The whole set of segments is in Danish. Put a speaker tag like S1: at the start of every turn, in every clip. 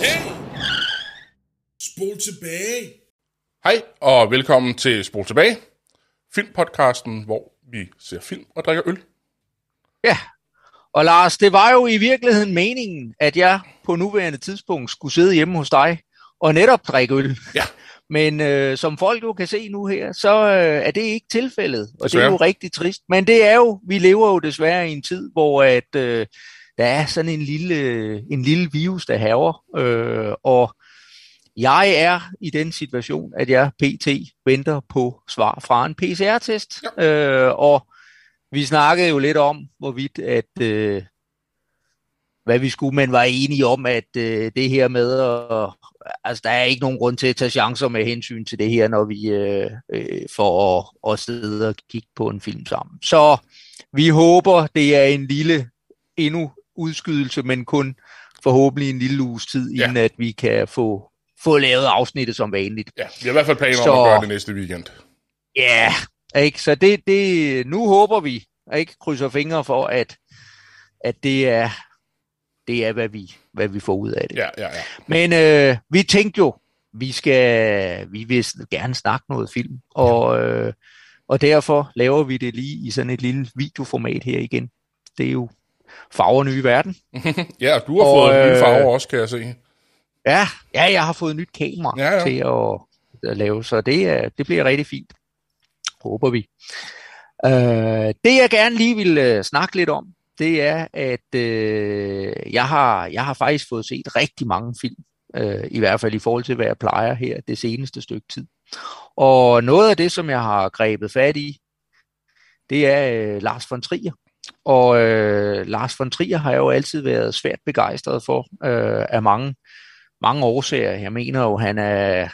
S1: Hey! Spol tilbage!
S2: Hej og velkommen til Spol tilbage, filmpodcasten, hvor vi ser film og drikker øl.
S3: Ja, og Lars, det var jo i virkeligheden meningen, at jeg på nuværende tidspunkt skulle sidde hjemme hos dig og netop drikke øl.
S2: Ja.
S3: Men som folk jo kan se nu her, så er det ikke tilfældet, og
S2: Desværre.
S3: det er jo rigtig trist. Men det er jo, vi lever jo desværre i en tid, hvor der er sådan en lille virus, der hærger, og jeg er i den situation, at jeg pt. Venter på svar fra en PCR-test, og vi snakkede jo lidt om, hvorvidt at hvad vi skulle, men var enige om, at det her med, altså der er ikke nogen grund til at tage chancer med hensyn til det her, når vi får at sidde og kigge på en film sammen. Så vi håber, det er en lille endnu udskydelse, men kun forhåbentlig en lille uges tid, inden at vi kan få lavet afsnittet som vanligt.
S2: Ja, vi har i hvert fald planer om at gøre det næste weekend.
S3: Ja, ikke? Så det nu håber vi, ikke, krydser fingre for, at det er hvad vi får ud af det.
S2: Ja.
S3: Men vi tænkte jo, vi vil gerne snakke noget film, og derfor laver vi det lige i sådan et lille videoformat her igen. Det er jo farver nye verden.
S2: Ja, og du har fået nye farver også, kan jeg se.
S3: Ja, jeg har fået nyt kamera til at lave, så det bliver rigtig fint. Håber vi. Det jeg gerne lige vil snakke lidt om, det er, at jeg har faktisk fået set rigtig mange film, i hvert fald i forhold til, hvad jeg plejer her det seneste stykke tid. Og noget af det, som jeg har grebet fat i, det er Lars von Trier. Og Lars von Trier har jeg jo altid været svært begejstret for, af mange årsager. Jeg mener jo, han er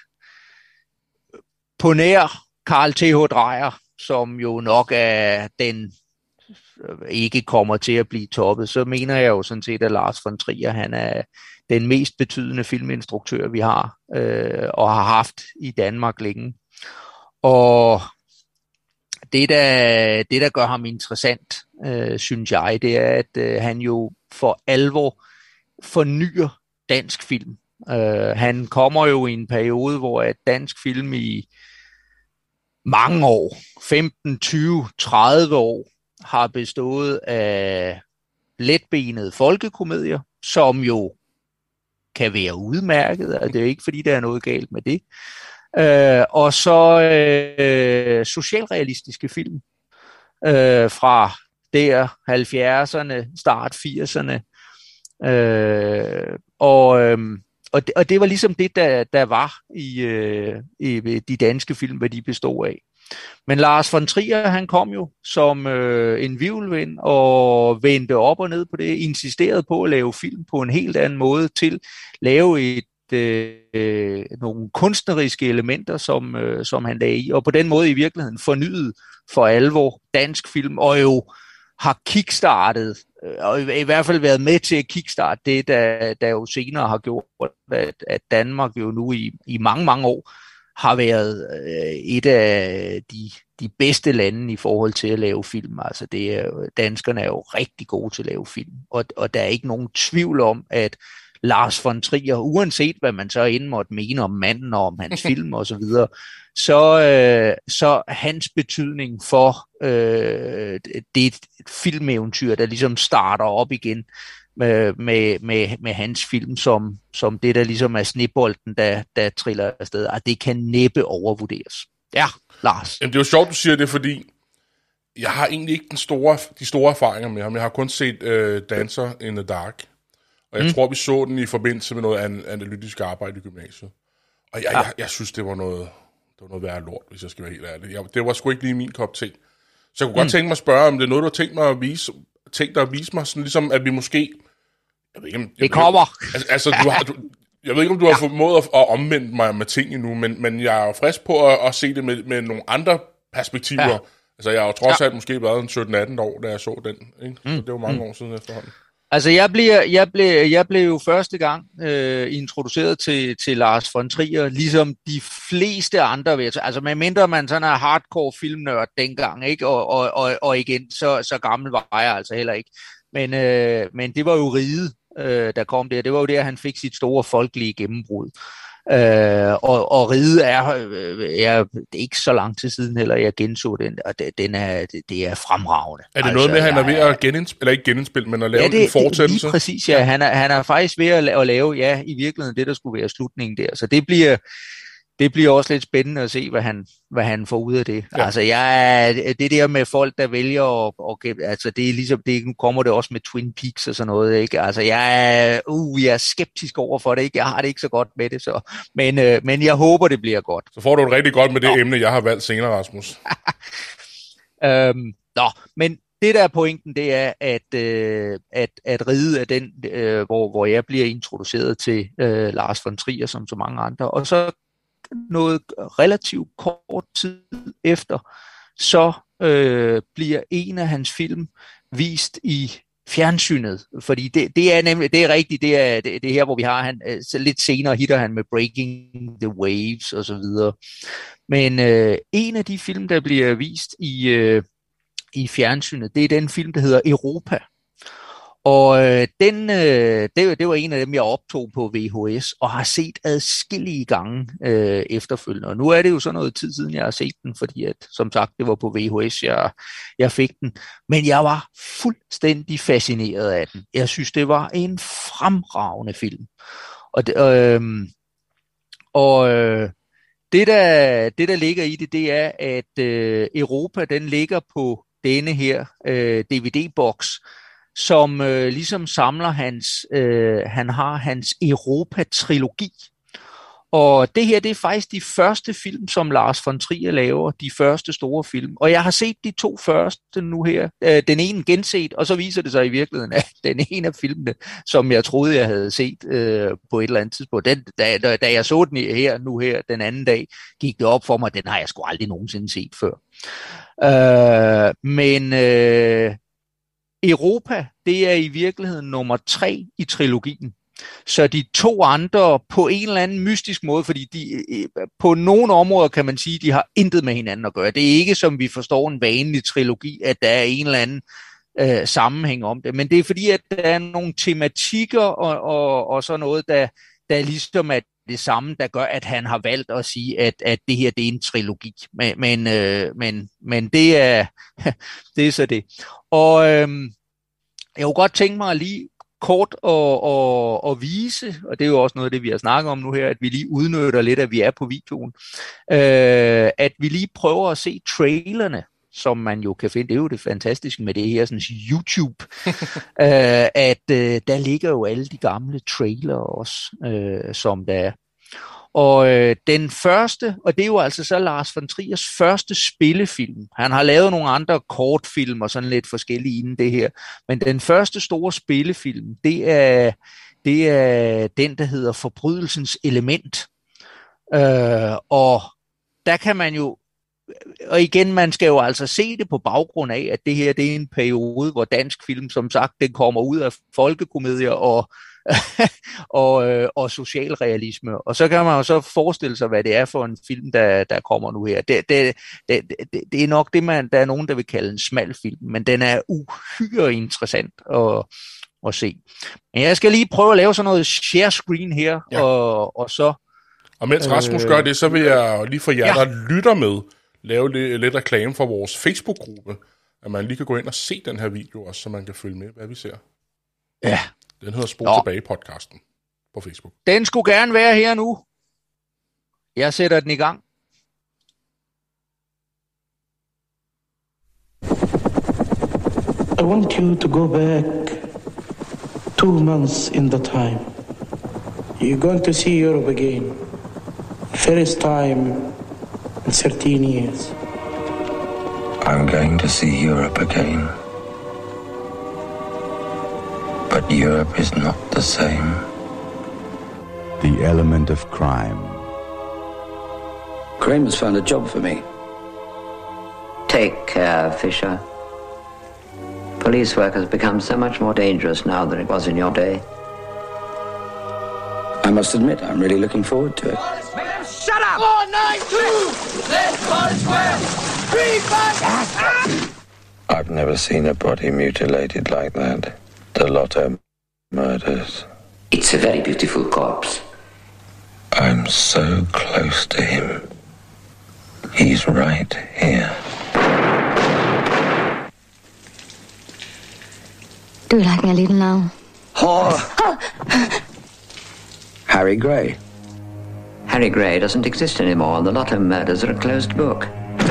S3: på nær Carl Th. Dreyer, som jo nok er den ikke kommer til at blive toppet, så mener jeg jo sådan set, at Lars von Trier, han er den mest betydende filminstruktør, vi har, og har haft i Danmark længe. Og det der gør ham interessant, synes jeg, det er, at han jo for alvor fornyer dansk film. Han kommer jo i en periode, hvor at dansk film i mange år, 15, 20, 30 år, har bestået af letbenede folkekomedier, som jo kan være udmærket, og det er jo ikke fordi, der er noget galt med det. Og så socialrealistiske film fra der 70'erne, start 80'erne. Og det var ligesom det, der var i de danske film, hvad de bestod af. Men Lars von Trier, han kom jo som en hvirvelvind og vendte op og ned på det, insisterede på at lave film på en helt anden måde, til lave nogle kunstneriske elementer, som han lagde i, og på den måde i virkeligheden fornyede for alvor dansk film, og jo har kickstartet, og i hvert fald været med til at kickstarte det, der jo senere har gjort, at Danmark jo nu i mange, mange år har været et af de bedste lande i forhold til at lave film. Altså danskerne er jo rigtig gode til at lave film, og der er ikke nogen tvivl om, at Lars von Trier, uanset hvad man så end måtte mene om manden og om hans film og så videre, så hans betydning for det filmeventyr, der ligesom starter op igen med hans film, som det, der ligesom er snebolden, der triller afsted, og det kan næppe overvurderes. Ja, Lars.
S2: Jamen, det er jo sjovt, du siger det, fordi jeg har egentlig ikke de store erfaringer med ham. Jeg har kun set Dancer in the Dark. Og jeg tror, vi så den i forbindelse med noget analytisk arbejde i gymnasiet. Og jeg synes, det var noget værre lort, hvis jeg skal være helt ærlig. Det var sgu ikke lige min kop te. Så jeg kunne godt tænke mig at spørge, om det er noget, du har tænkt dig at vise mig, sådan ligesom, at vi måske... Jeg ved ikke, om,
S3: det kommer!
S2: Jeg ved ikke, om du har formået at omvende mig med ting endnu, men jeg er jo frisk på at se det med nogle andre perspektiver. Ja. Altså, jeg har jo trods alt måske været en 17-18 år, da jeg så den. Ikke? Så det var mange år siden efterhånden.
S3: Altså, jeg blev jo første gang introduceret til Lars von Trier, ligesom de fleste andre. Altså, medmindre man sådan er hardcore filmnørd dengang, ikke? Og igen, så gammel var jeg altså heller ikke. Men det var jo Ride, der kom der. Det var jo der, han fik sit store folkelige gennembrud. Og Ride er ikke så lang tid siden heller, jeg genså den, og det er fremragende.
S2: Er det noget med, at han er ved at genindspille, men at lave en fortsættelse?
S3: Lige præcis, ja. Han er faktisk ved at lave, ja, i virkeligheden det, der skulle være slutningen der. Så det bliver også lidt spændende at se, hvad han får ud af det. Ja. Altså, det der med folk, der vælger altså det er ligesom, nu kommer det også med Twin Peaks og sådan noget, ikke? Altså, jeg er skeptisk over for det, ikke? Jeg har det ikke så godt med det, så. Men jeg håber, det bliver godt.
S2: Så får du det rigtig godt med det emne, jeg har valgt senere, Rasmus.
S3: Men det der er pointen, det er, at Ride er den, hvor jeg bliver introduceret til Lars von Trier, som så mange andre, og så noget relativt kort tid efter, så bliver en af hans film vist i fjernsynet, fordi det er nemlig, det er rigtigt, det er her, hvor vi har han, lidt senere hitter han med Breaking the Waves og så videre. Men en af de film, der bliver vist i fjernsynet, det er den film, der hedder Europa. Og det var en af dem, jeg optog på VHS, og har set adskillige gange efterfølgende. Og nu er det jo så noget tid siden, jeg har set den, fordi at, som sagt, det var på VHS, jeg fik den. Men jeg var fuldstændig fascineret af den. Jeg synes, det var en fremragende film. Det, der ligger i det er, at Europa, den ligger på denne her DVD-boks, som ligesom samler han har hans Europa-trilogi. Og det her, det er faktisk de første film, som Lars von Trier laver, de første store film. Og jeg har set de 2 første nu her. Den ene genset, og så viser det sig i virkeligheden, at den ene af filmene, som jeg troede, jeg havde set på et eller andet tidspunkt, da jeg så den her den anden dag, gik det op for mig, den har jeg sgu aldrig nogensinde set før. Europa, det er i virkeligheden nummer 3 i trilogien. Så de 2 andre på en eller anden mystisk måde, fordi de på nogle områder kan man sige, de har intet med hinanden at gøre. Det er ikke som vi forstår en vanlig trilogi, at der er en eller anden sammenhæng om det. Men det er fordi, at der er nogle tematikker og så noget, der ligesom er det samme, der gør, at han har valgt at sige, at det her, det er en trilogi. Men det er så det. Og jeg kunne godt tænke mig at lige kort og vise, og det er jo også noget af det, vi har snakket om nu her, at vi lige udnytter lidt, at vi er på videoen, at vi lige prøver at se trailerne, som man jo kan finde. Det er jo det fantastiske med det her sådan YouTube, at der ligger jo alle de gamle trailer også, som der er. Og den første, og det er jo altså så Lars von Triers første spillefilm. Han har lavet nogle andre kortfilm og sådan lidt forskellige inden det her. Men den første store spillefilm, det er den, der hedder Forbrydelsens Element. Og der kan man jo, og igen, man skal jo altså se det på baggrund af, at det her, det er en periode, hvor dansk film, som sagt, den kommer ud af folkekomedier og socialrealisme. Og så kan man jo så forestille sig, hvad det er for en film, der kommer nu her. Det er nok det, der er nogen, der vil kalde en smal film, men den er uhyre interessant at se. Men jeg skal lige prøve at lave sådan noget share screen her, ja. og så...
S2: Og mens Rasmus gør det, så vil jeg lige for jer, der lytter med, lave lidt reklame for vores Facebook-gruppe, at man lige kan gå ind og se den her video også, så man kan følge med, hvad vi ser.
S3: Ja.
S2: Den hedder Spol tilbage podcasten på Facebook.
S3: Den skulle gerne være her nu. Jeg sætter den i gang.
S4: I want you to go back 2 months in the time. You're going to see Europe again. First time in 13 years.
S5: I'm going to see Europe again. But Europe is not the same.
S6: The element of crime.
S7: Kramer's found a job for me.
S8: Take care, Fisher. Police work has become so much more dangerous now than it was in your day.
S7: I must admit, I'm really looking forward to it.
S9: Shut up! 492! Let's call it square! 3 5
S5: I've never seen a body mutilated like that. The lot of Murders.
S8: It's a very beautiful corpse.
S5: I'm so close to him. He's right here.
S10: Do you like me a little now?
S7: Harry Gray.
S8: Harry Gray doesn't exist anymore, and the Lotto murders are a closed book.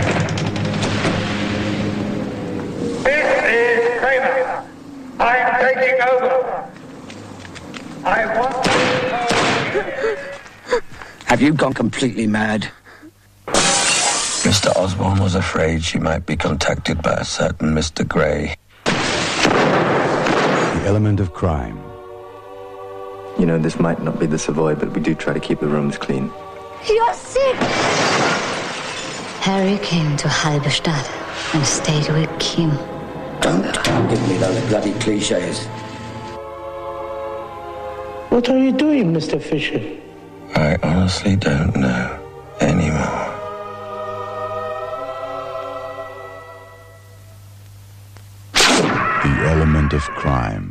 S9: This is Kramer. I'm taking over. I want to know...
S7: Have you gone completely mad?
S5: Mr. Osborne was afraid she might be contacted by a certain Mr. Gray.
S6: The element of crime.
S11: You know, this might not be the Savoy, but we do try to keep the rooms clean.
S10: You're sick! Harry came to Halberstadt and stayed with Kim.
S7: Don't give me those bloody cliches.
S4: What are you doing, Mr. Fisher?
S5: I honestly don't know anymore.
S6: The element of crime.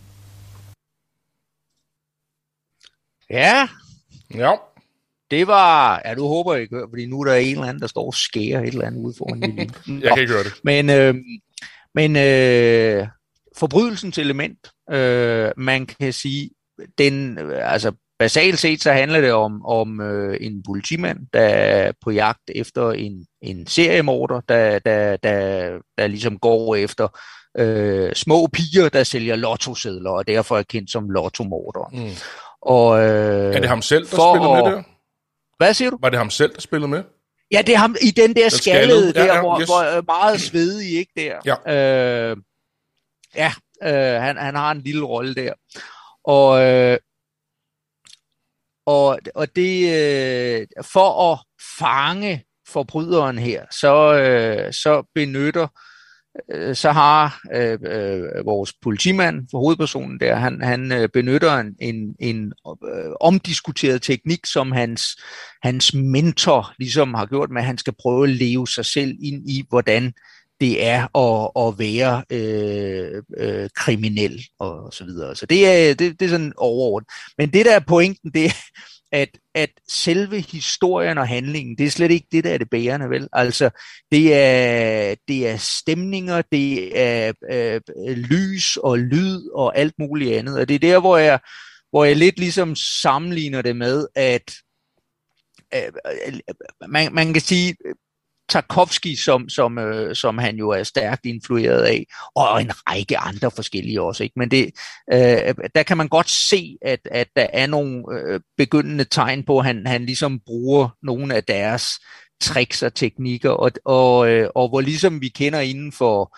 S3: Ja.
S2: Ja.
S3: Det var... Ja, du håber ikke, fordi nu er der en eller anden, der står og skærer et eller andet ud foran din.
S2: Jeg kan ikke høre det.
S3: Men forbrydelsens element, man kan sige, den, altså basalt set, så handler det om en politimand, der er på jagt efter en seriemorder, der ligesom går efter små piger, der sælger lottosedler, og derfor er kendt som lottomorder. Mm. Og,
S2: er det ham selv, der spillede med der?
S3: Hvad siger du?
S2: Var det ham selv, der spillede med?
S3: Ja, det er ham i den der skaldede der,
S2: ja,
S3: hvor meget svedig, ikke der? Ja. Han har en lille rolle der. Og det for at fange forbryderen her, så har vores politimand for hovedpersonen der, han benytter en omdiskuteret teknik, som hans mentor ligesom har gjort med, at han skal prøve at leve sig selv ind i, hvordan det er at være kriminel og så videre. Så det er sådan overordnet. Men det der er pointen, det er, at selve historien og handlingen, det er slet ikke det, der er det bærende, vel? Altså, det er stemninger, det er lys og lyd og alt muligt andet. Og det er der, hvor jeg lidt ligesom sammenligner det med, at man kan sige, Tarkovsky, som han jo er stærkt influeret af, og en række andre forskellige også, ikke? Men det, der kan man godt se, at der er nogle begyndende tegn på, at han ligesom bruger nogle af deres tricks og teknikker, og hvor ligesom vi kender inden for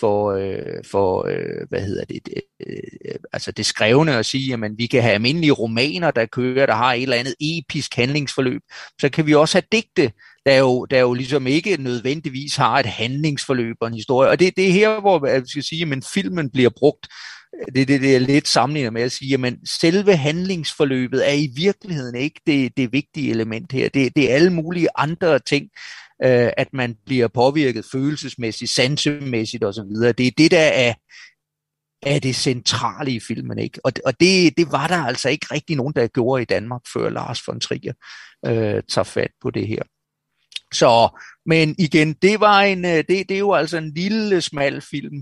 S3: altså det skrevne at sige, at vi kan have almindelige romaner, der kører, der har et eller andet episk handlingsforløb, så kan vi også have digte, der jo ligesom ikke nødvendigvis har et handlingsforløb og en historie. Og det er her, hvor jeg skal sige, at filmen bliver brugt. Det er lidt sammenlignet med at sige, at selve handlingsforløbet er i virkeligheden ikke det vigtige element her. Det er alle mulige andre ting, at man bliver påvirket følelsesmæssigt, sansemæssigt osv. Det er det, der er det centrale i filmen, ikke? Og det var der altså ikke rigtig nogen, der gjorde i Danmark, før Lars von Trier tager fat på det her. Så, men igen, det er jo altså en lille smal film,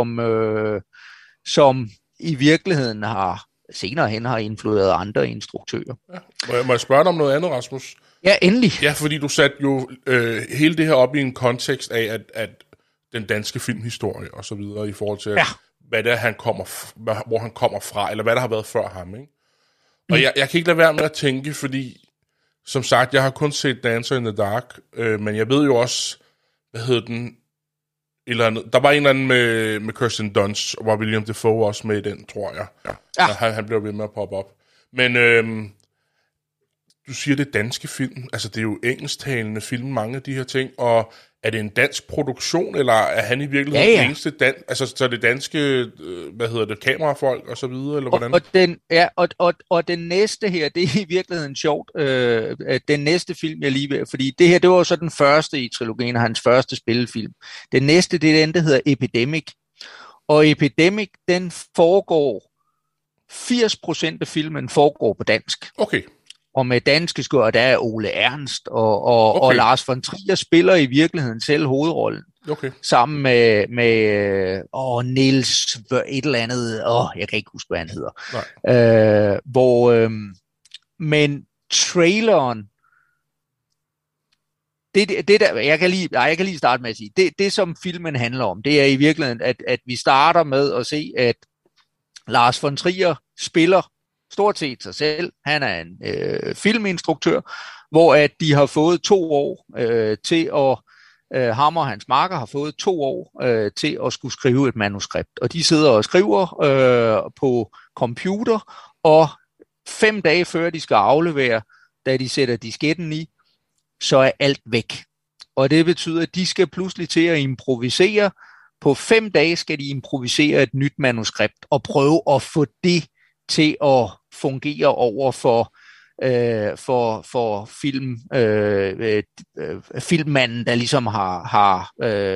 S3: som i virkeligheden senere hen har influeret andre instruktører.
S2: Ja. Må jeg spørge dig om noget andet, Rasmus?
S3: Ja, endelig.
S2: Ja, fordi du satte jo hele det her op i en kontekst af, at den danske filmhistorie og så videre, i forhold til, hvad det er, hvor han kommer fra, eller hvad der har været før ham, ikke? Og jeg kan ikke lade være med at tænke, fordi som sagt, jeg har kun set Dancer in the Dark, men jeg ved jo også, hvad hed den, der var en eller anden med Kirsten Dunst, og var William Dafoe også med i den, tror jeg. Ja. Han blev ved med at poppe op. Men du siger, det er danske film, altså det er jo engelsktalende film, mange af de her ting, og er det en dansk produktion, eller er han i virkeligheden den eneste altså så det danske, kamerafolk og så videre, eller hvordan?
S3: Og den næste her, det er i virkeligheden sjovt, den næste film, jeg lige ved, fordi det her, det var jo så den første i trilogien, hans første spillefilm. Den næste, det er den, der hedder Epidemic, og Epidemic, den foregår 80% af filmen foregår på dansk.
S2: Okay.
S3: Og med danske skør, der er Ole Ernst, og Lars von Trier spiller i virkeligheden selv hovedrollen.
S2: Okay.
S3: Sammen med Niels et eller andet, jeg kan ikke huske, hvad han hedder. Men traileren, det der, jeg kan lige starte med at sige, det som filmen handler om, det er i virkeligheden, at vi starter med at se, at Lars von Trier spiller stort set sig selv. Han er en filminstruktør, hvor at de har fået 2 år til at ham og hans makker har fået 2 år til at skulle skrive et manuskript. Og de sidder og skriver på computer, og 5 dage før de skal aflevere, da de sætter disketten i, så er alt væk. Og det betyder, at de skal pludselig til at improvisere. På 5 dage skal de improvisere et nyt manuskript og prøve at få det til at fungere over for filmmanden, der ligesom har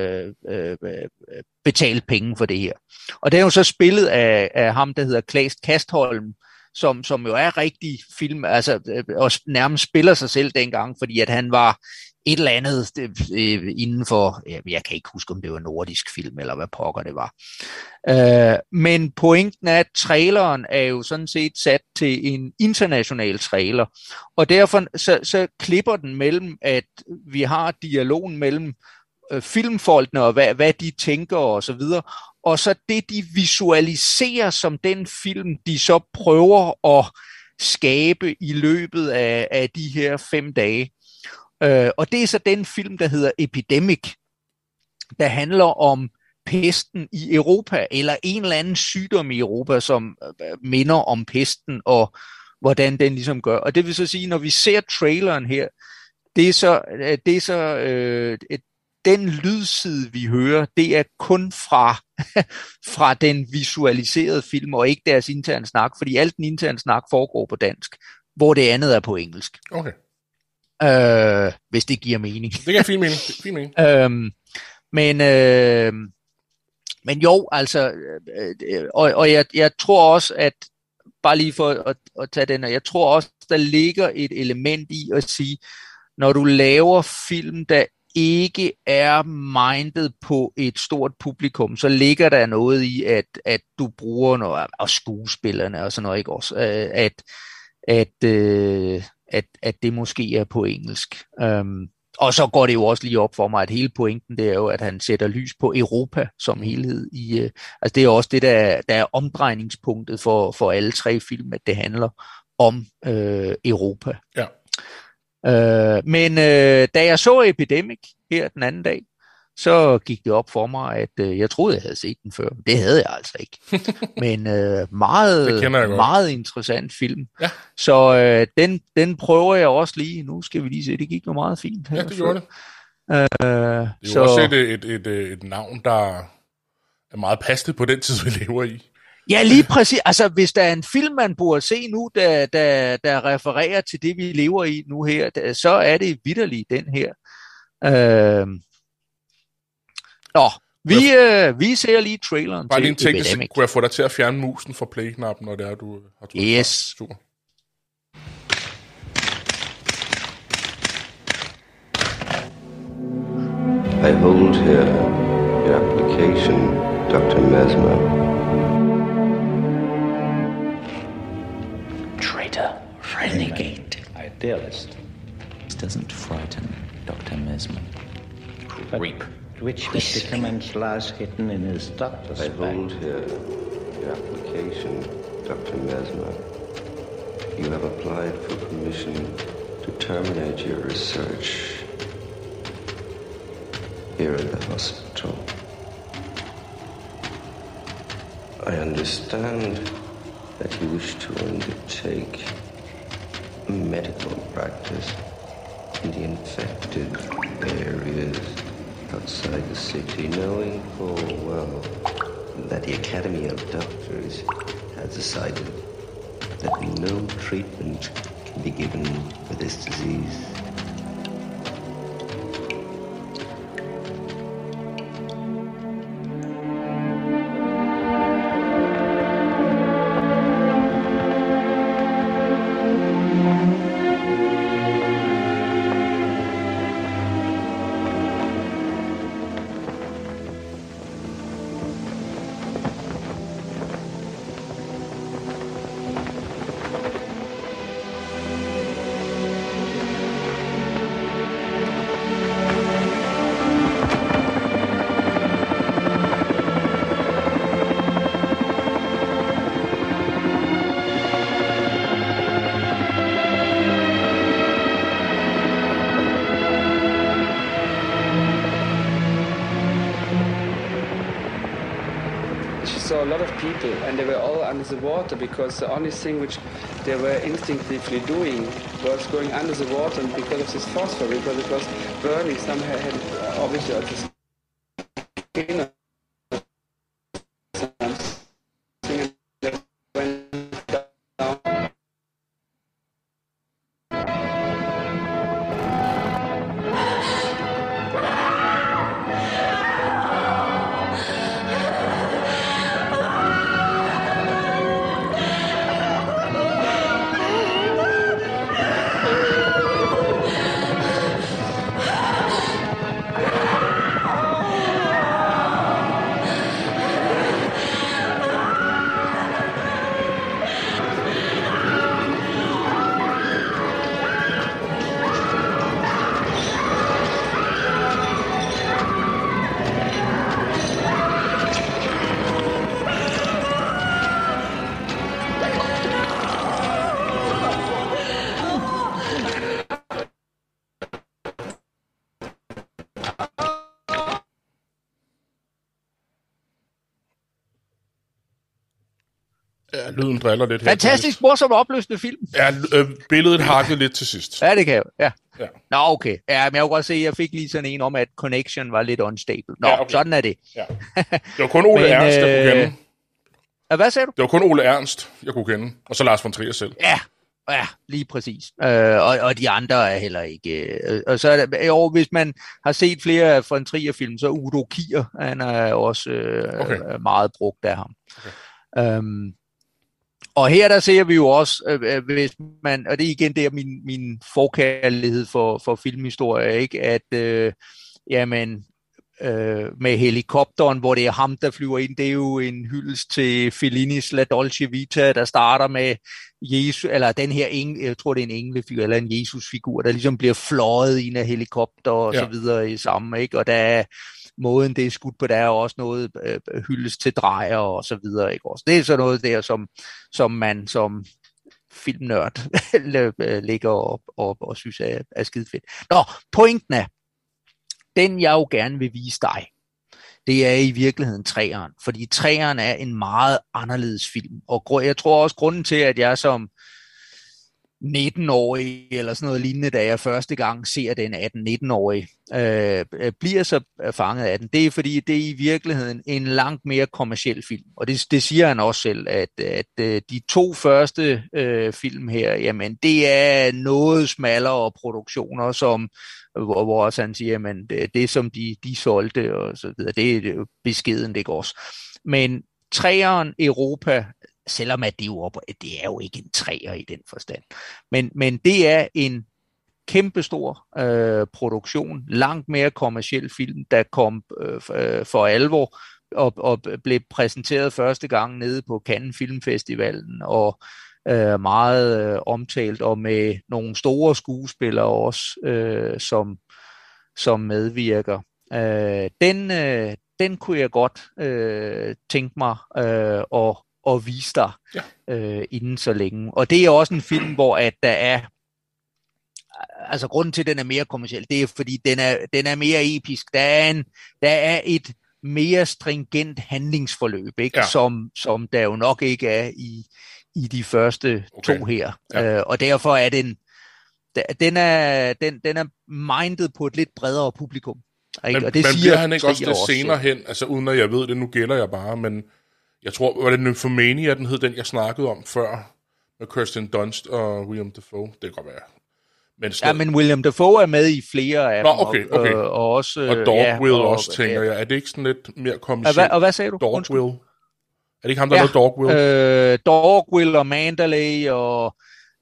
S3: betalt penge for det her. Og det er jo så spillet af ham, der hedder Claes Kastholm, som jo er rigtig film, altså og nærmest spiller sig selv dengang, fordi at han var et eller andet inden for, jeg kan ikke huske, om det var nordisk film, eller hvad pokker det var. Men pointen er, at traileren er jo sådan set sat til en international trailer, og derfor så klipper den mellem, at vi har dialogen mellem filmfolkene, og hvad de tænker og så videre, og så det, de visualiserer som den film, de så prøver at skabe i løbet af de her 5 dage. Og det er så den film, der hedder Epidemic, der handler om pesten i Europa, eller en eller anden sygdom i Europa, som minder om pesten, og hvordan den ligesom gør. Og det vil så sige, når vi ser traileren her, det er så den lydside, vi hører, det er kun fra den visualiserede film, og ikke deres interne snak, fordi alt den interne snak foregår på dansk, hvor det andet er på engelsk.
S2: Okay.
S3: Hvis det giver mening.
S2: Det giver fin mening.
S3: Men jo, altså, og jeg tror også, at bare lige for at tage den, og jeg tror også, der ligger et element i at sige, når du laver film, der ikke er mindet på et stort publikum, så ligger der noget i, at du bruger noget, og skuespillerne og sådan noget, ikke også, at det måske er på engelsk. Og så går det jo også lige op for mig, at hele pointen, det er jo, at han sætter lys på Europa som helhed. Altså det er også det, der er omdrejningspunktet for alle 3 film, at det handler om Europa.
S2: Ja.
S3: Men da jeg så Epidemic her den anden dag, så gik det op for mig, at jeg troede, jeg havde set den før. Det havde jeg altså ikke. Men meget interessant film.
S2: Ja.
S3: Så den prøver jeg også lige. Nu skal vi lige se, det gik jo meget fint.
S2: Ja, det gjorde det. Det er jo også et navn, der er meget passende på den tid, vi lever i.
S3: Ja, lige præcis. Altså, hvis der er en film, man burde se nu, der refererer til det, vi lever i nu her, så er det vitterligt den her. Vi ser lige traileren
S2: bare
S3: til
S2: Epidemic.
S3: Epidemic.
S2: Kunne jeg få dig til at fjerne musen fra play-knappen, når det er, du har trykt?
S3: Yes.
S2: Super.
S5: I hold here your application, Dr. Mesmer.
S12: Traitor, renegade, idealist. This doesn't frighten Dr. Mesmer.
S13: Creep. Which medicaments lies hidden in his doctor's bag?
S5: I hold here your application, Dr. Mesmer. You have applied for permission to terminate your research here in the hospital. I understand that you wish to undertake medical practice in the infected areas outside the city, knowing full well that the Academy of Doctors has decided that no treatment can be given for this disease.
S14: a lot of people, and they were all under the water because the only thing which they were instinctively doing was going under the water, and because of this phosphor, because it was burning, somehow had obviously on the skin.
S2: Ja, lyden driller lidt her.
S3: Fantastisk morsom opløsende film.
S2: Ja, billedet hakkede lidt til sidst.
S3: Ja, det kan jeg. Ja. Nå, okay. Ja, men jeg kunne godt se, at jeg fik lige sådan en om, at connection var lidt unstable. Nå, ja, okay. Sådan er det.
S2: Ja. Det var kun Ole Ernst, jeg kunne kende.
S3: Hvad sagde du?
S2: Det var kun Ole Ernst, jeg kunne kende. Og så Lars von Trier selv.
S3: Ja, lige præcis. Og de andre er heller ikke. Og så er det, hvis man har set flere von Trier-film, så Udo Kier, han er også meget brugt af ham. Okay. Og her der ser vi jo også, hvis man, og det er igen der min forkærlighed for filmhistorie, ikke, at med helikopteren, hvor det er ham, der flyver ind, det er jo en hyldest til Fellinis La Dolce Vita, der starter med Jesus, eller den her, jeg tror det er en englefigur, eller en Jesus-figur, der ligesom bliver fløjet ind af helikopter og så videre i sammen, ikke, og der er måden, det er skudt på, der er også noget hyldest til drejer og så videre, ikke også. Det er så noget der, som man som filmnørd ligger og synes er skide fedt. Nå, pointen er, den jeg jo gerne vil vise dig, det er i virkeligheden 3'eren, fordi 3'eren er en meget anderledes film, og jeg tror også grunden til, at jeg som 19-årig eller sådan noget lignende, da jeg første gang ser den 18-19-årig, bliver så fanget af den. Det er fordi, det er i virkeligheden en langt mere kommerciel film. Og det siger han også selv, at de 2 første film her, jamen det er noget smallere produktioner, hvor også han siger, jamen det som de solgte og så videre, det er beskedent, ikke også. Men 3'eren Europa, selvom at det er jo ikke en 3'er i den forstand. Men det er en kæmpestor produktion, langt mere kommerciel film, der kom for alvor og blev præsenteret første gang nede på Cannes Filmfestivalen, og meget omtalt, og med nogle store skuespillere også, som medvirker. Den kunne jeg godt tænke mig og vise dig inden så længe. Og det er også en film, hvor at der er, altså grunden til, at den er mere kommerciel, det er fordi, den er mere episk. Der er et mere stringent handlingsforløb, ikke? Som der jo nok ikke er i de første 2 her. Ja. Og derfor er den er mindet på et lidt bredere publikum. Ikke? Og det
S2: men
S3: siger,
S2: bliver han ikke også det senere hen, altså uden at jeg ved det, nu gælder jeg bare, men jeg tror, var det Nymphomania, den hed den, jeg snakkede om før, med Kirsten Dunst og William Dafoe, det kan godt være.
S3: Men William Dafoe er med i flere af dem.
S2: Okay.
S3: Og også,
S2: og Dogville også, tænker jeg. Er det ikke sådan lidt mere kommercielt?
S3: Og hvad sagde du?
S2: Dogville. Er det ikke ham, der lavede Dogville?
S3: Dogville og Mandalay og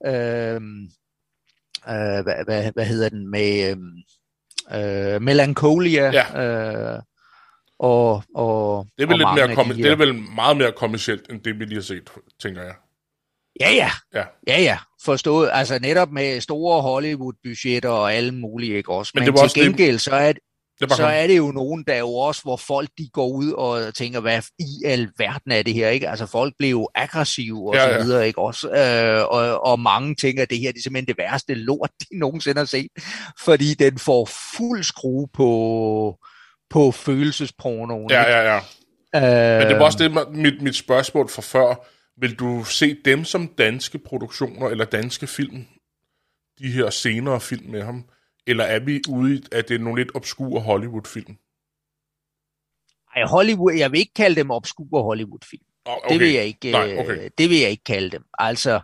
S3: hvad hedder den med Melancholia. Ja. Og
S2: det er vel lidt mere det er vel meget mere kommercielt end det vi lige har set, tænker jeg.
S3: Ja, forstået. Altså netop med store Hollywood-budgetter og alle mulige, ikke også. Men
S2: til
S3: gengæld så er det jo nogen, der jo også, hvor folk de går ud og tænker, hvad i alverden er det her, ikke? Altså folk bliver jo aggressive og så videre, ikke også? Og mange tænker, at det her det er simpelthen det værste lort, de nogensinde har set, fordi den får fuld skrue på følelsespornoen.
S2: Ja. Men det var også det, mit spørgsmål fra før. Vil du se dem som danske produktioner, eller danske film, de her senere film med ham? Eller er vi ude i, at det er nogle lidt obskure Hollywood-film?
S3: Ej, Hollywood, jeg vil ikke kalde dem obskure Hollywood-film.
S2: Okay.
S3: Det vil jeg ikke, det vil jeg ikke kalde dem. Altså,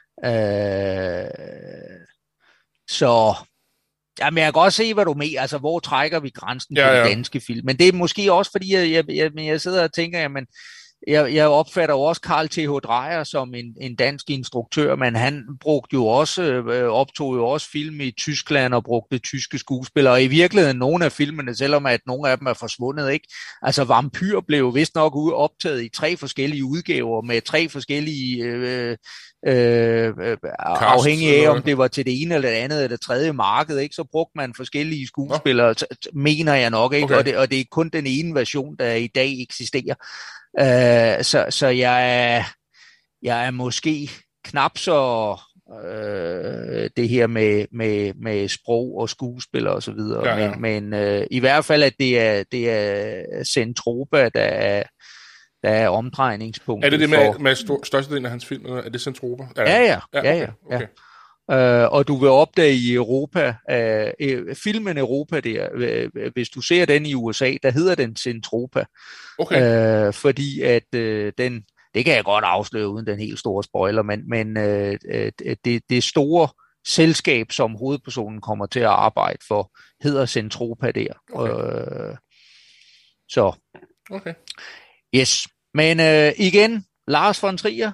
S3: så... Jamen, jeg kan godt se, hvad du mener. Altså, hvor trækker vi grænsen på de danske film? Men det er måske også, fordi jeg sidder og tænker, jamen, jeg opfatter jo også Carl Th. Dreyer som en dansk instruktør, men han optog jo også film i Tyskland og brugte tyske skuespillere. Og i virkeligheden nogle af filmene, selvom at nogle af dem er forsvundet, ikke? Altså, Vampyr blev vist nok optaget i 3 forskellige udgaver med 3 forskellige... afhængig af, om det var til det ene eller det andet eller det tredje marked, ikke? Så brugte man forskellige skuespillere, mener jeg nok, ikke? Okay. Og det er kun den ene version, der i dag eksisterer. Så jeg er måske knap så det her med sprog og skuespillere og så videre, men i hvert fald, at det er Zentropa, der er omdrejningspunktet.
S2: Er det med størstedelen af hans film? Er det Zentropa?
S3: Ja. Okay. Og du vil opdage i Europa, filmen Europa der, hvis du ser den i USA, der hedder den Zentropa.
S2: Okay.
S3: Fordi at den, det kan jeg godt afsløre uden den helt store spoiler, men det store selskab, som hovedpersonen kommer til at arbejde for, hedder Zentropa der.
S2: Okay.
S3: Okay. Yes. Men igen, Lars von Trier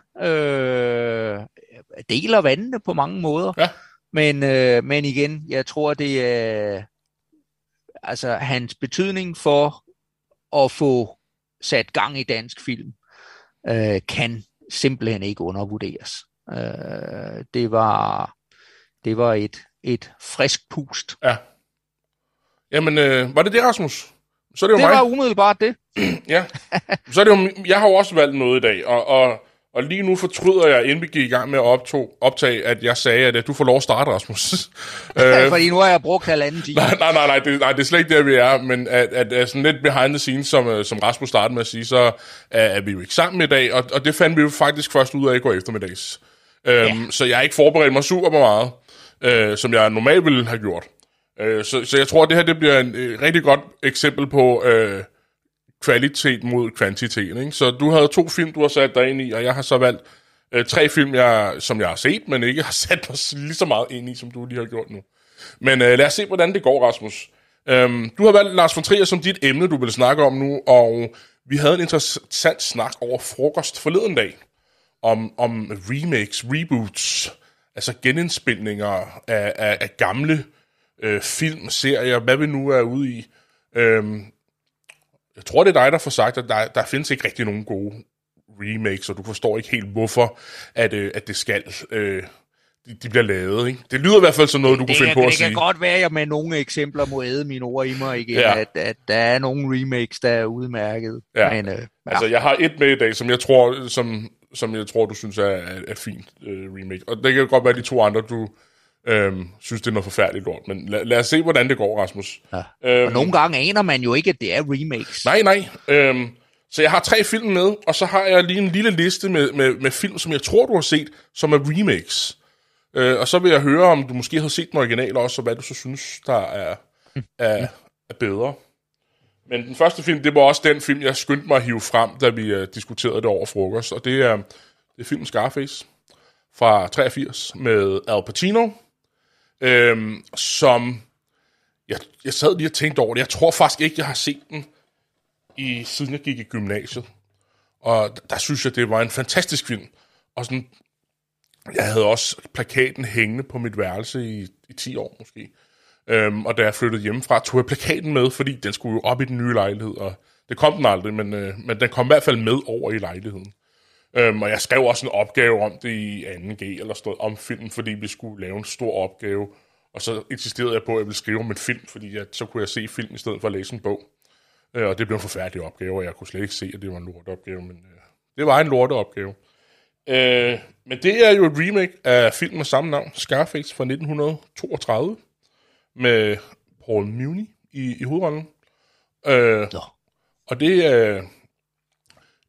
S3: deler vandene på mange måder.
S2: Ja.
S3: Men igen, jeg tror, det er altså hans betydning for at få sat gang i dansk film, kan simpelthen ikke undervurderes. Det var et frisk pust.
S2: Ja. Jamen, var det Rasmus? Så er det jo
S3: det
S2: mig.
S3: Var umiddelbart det.
S2: Ja. Så er det jo, jeg har jo også valgt noget i dag, og lige nu fortryder jeg, inden vi gik i gang med at optage, at jeg sagde, at du får lov at starte, Rasmus.
S3: Fordi nu har jeg brugt 1,5 time.
S2: Nej, det er slet ikke der, vi er, men at sådan lidt behind the scenes, som Rasmus startede med at sige, så er vi jo ikke sammen i dag, og det fandt vi jo faktisk først ud af i går eftermiddags. Så jeg har ikke forberedt mig super meget, som jeg normalt ville have gjort. Så jeg tror, at det her det bliver en rigtig godt eksempel på kvalitet mod kvantitet. Ikke? Så du havde 2 film, du har sat dig ind i, og jeg har så valgt 3 film, som jeg har set, men ikke har sat mig lige så meget ind i, som du lige har gjort nu. Men lad os se, hvordan det går, Rasmus. Du har valgt Lars von Trier som dit emne, du vil snakke om nu, og vi havde en interessant snak over frokost forleden dag, om remakes, reboots, altså genindspilninger af gamle film, serier, hvad vi nu er ude i. Jeg tror, det er dig, der får sagt, at der findes ikke rigtig nogen gode remakes, og du forstår ikke helt, hvorfor at det skal de bliver lavet. Ikke? Det lyder i hvert fald som noget, du kunne finde på at sige.
S3: Det kan godt være, at jeg med nogle eksempler må æde mine ord i mig igen, at der er nogle remakes, der er udmærket.
S2: Ja. Men, altså, jeg har et med i dag, som jeg tror, du synes er fint remake. Og det kan godt være de 2 andre, du synes, det er noget forfærdeligt lort. Men lad os se, hvordan det går, Rasmus.
S3: Ja. Og nogle gange aner man jo ikke, at det er remakes.
S2: Nej. Så jeg har 3 film med, og så har jeg lige en lille liste med film, som jeg tror, du har set, som er remakes. Og så vil jeg høre, om du måske har set den original også, og hvad du så synes, der er bedre. Men den første film, det var også den film, jeg skyndte mig at hive frem, da vi diskuterede det over frokost. Og det er filmen Scarface fra 83 med Al Pacino, som jeg sad lige og tænkte over det. Jeg tror faktisk ikke, jeg har set den siden jeg gik i gymnasiet. Og der synes jeg, det var en fantastisk film. Og sådan, jeg havde også plakaten hængende på mit værelse i 10 år måske. Og da jeg flyttede hjemmefra, tog jeg plakaten med, fordi den skulle jo op i den nye lejlighed. Og det kom den aldrig, men den kom i hvert fald med over i lejligheden. Og jeg skrev også en opgave om det i 2G eller sådan noget, om film, fordi vi skulle lave en stor opgave. Og så insisterede jeg på, at jeg ville skrive om en film, fordi så kunne jeg se film i stedet for at læse en bog. Og det blev en forfærdelig opgave, og jeg kunne slet ikke se, at det var en lorteopgave, men det var en lorteopgave. Men det er jo et remake af filmen med samme navn, Scarface fra 1932, med Paul Muni i hovedrollen. Og det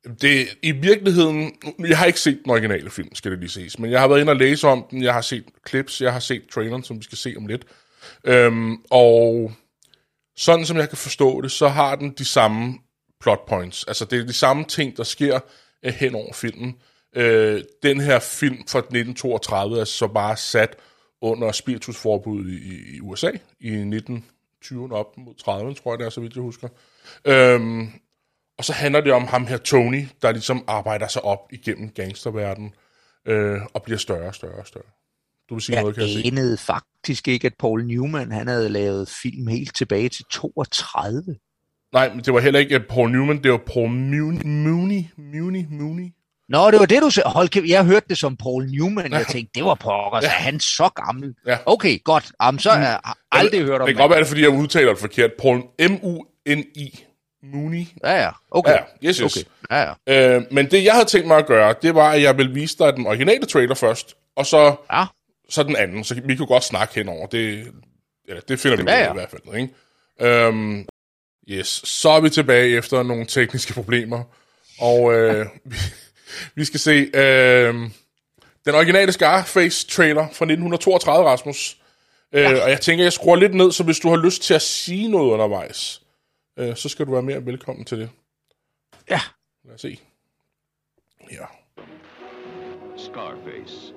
S2: I virkeligheden, jeg har ikke set den originale film, skal det lige ses, men jeg har været inde og læse om den, jeg har set clips, jeg har set traileren, som vi skal se om lidt. Og sådan som jeg kan forstå det, så har den de samme plot points. Altså det er de samme ting, der sker hen over filmen. Den her film fra 1932 er så bare sat under spiritusforbud i USA i 1920'erne op mod 30'erne, tror jeg det er, så vidt jeg husker. Og så handler det om ham her, Tony, der ligesom arbejder sig op igennem gangsterverdenen og bliver større og større og større. Du vil sige noget, kan jeg se? Jeg anede
S3: faktisk ikke, at Paul Newman, han havde lavet film helt tilbage til 32.
S2: Nej, men det var heller ikke Paul Newman, det var Paul Mooney.
S3: Nå, det var det, du sagde. Hold kæft, jeg hørte det som Paul Newman. Jeg tænkte, det var pokkers. Ja. Er han så gammel? Ja. Okay, godt. Så har jeg aldrig hørt om det.
S2: Det kan godt være, fordi jeg udtaler det forkert. Paul M-U-N-I. Mooney.
S3: Ja. Okay.
S2: Ja, yes.
S3: Okay. Ja.
S2: Men det, jeg havde tænkt mig at gøre, det var, at jeg ville vise dig den originale trailer først, og så den anden. Så vi kunne godt snakke henover. Det finder vi ud af i hvert fald. Ikke? Yes. Så er vi tilbage efter nogle tekniske problemer. Og vi skal se den originale Scarface-trailer fra 1932, Rasmus. Og jeg tænker, jeg skruer lidt ned, så hvis du har lyst til at sige noget undervejs, så skal du være mere velkommen til det.
S3: Ja.
S2: Lad os se. Ja.
S15: Scarface.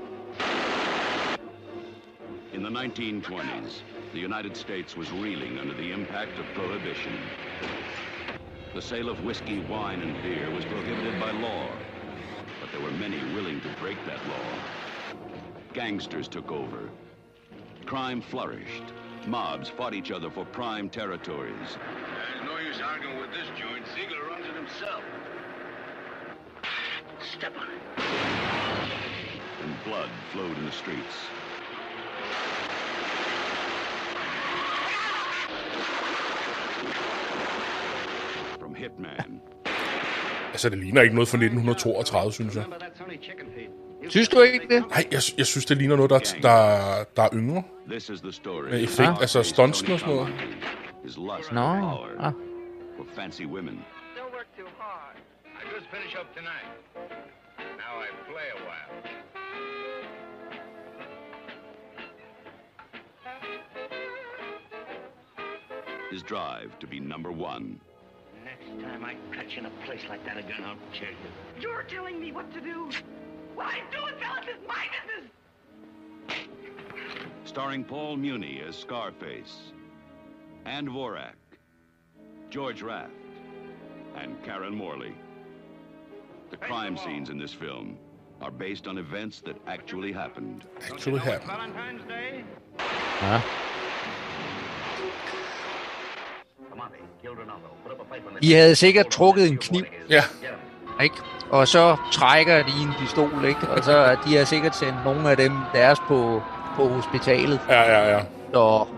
S15: In the 1920s, the United States was reeling under the impact of prohibition. The sale of whiskey, wine, and beer was prohibited by law, but there were many willing to break that law. Gangsters took over. Crime flourished. Mobs fought each other for prime territories.
S16: There's no use arguing with this joint. Ziegler runs it himself. Step on it.
S15: And blood flowed in the streets. From Hitman.
S2: Altså, det ligner ikke noget fra 1932, synes jeg.
S3: Synes du ikke det?
S2: Nej, jeg synes, det ligner noget, der er yngre. Med effekt, altså stuntsene og sådan noget.
S3: Nå.
S15: For fancy women.
S16: Don't work too hard. I just finish up tonight. Now I play a while.
S15: His drive to be number one.
S16: Next time I catch you in a place like that again, I'll kill you. You're telling me what to do? What I do, fellas, is my business!
S15: Starring Paul Muni as Scarface, and Vorak, George Raft, and Karen Morley. The crime scenes in this film are based on events that actually happened.
S16: Valentine's Day?
S3: Ja. I havde sikkert trukket en kniv.
S2: Ja.
S3: Ikke? Og så trækker de en pistol, ikke? Og så de har sikkert sendt nogle af dem deres på hospitalet.
S2: Ja.
S3: Så...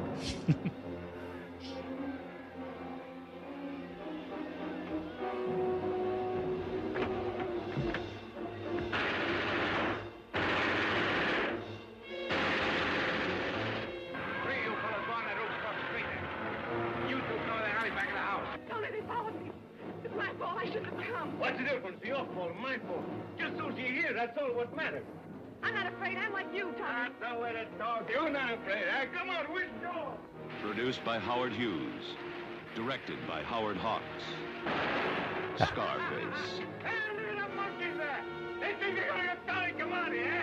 S16: What's the difference? Your fault, my fault. Just so she's here, that's all what matters.
S17: I'm not afraid. I'm like you, Tommy.
S16: That's the way to talk. You're not afraid, huh? Come on, which door?
S15: Produced by Howard Hughes. Directed by Howard Hawks. Scarface.
S16: Hey, look at the monkeys there. They think they're gonna get Tony Kamani, eh?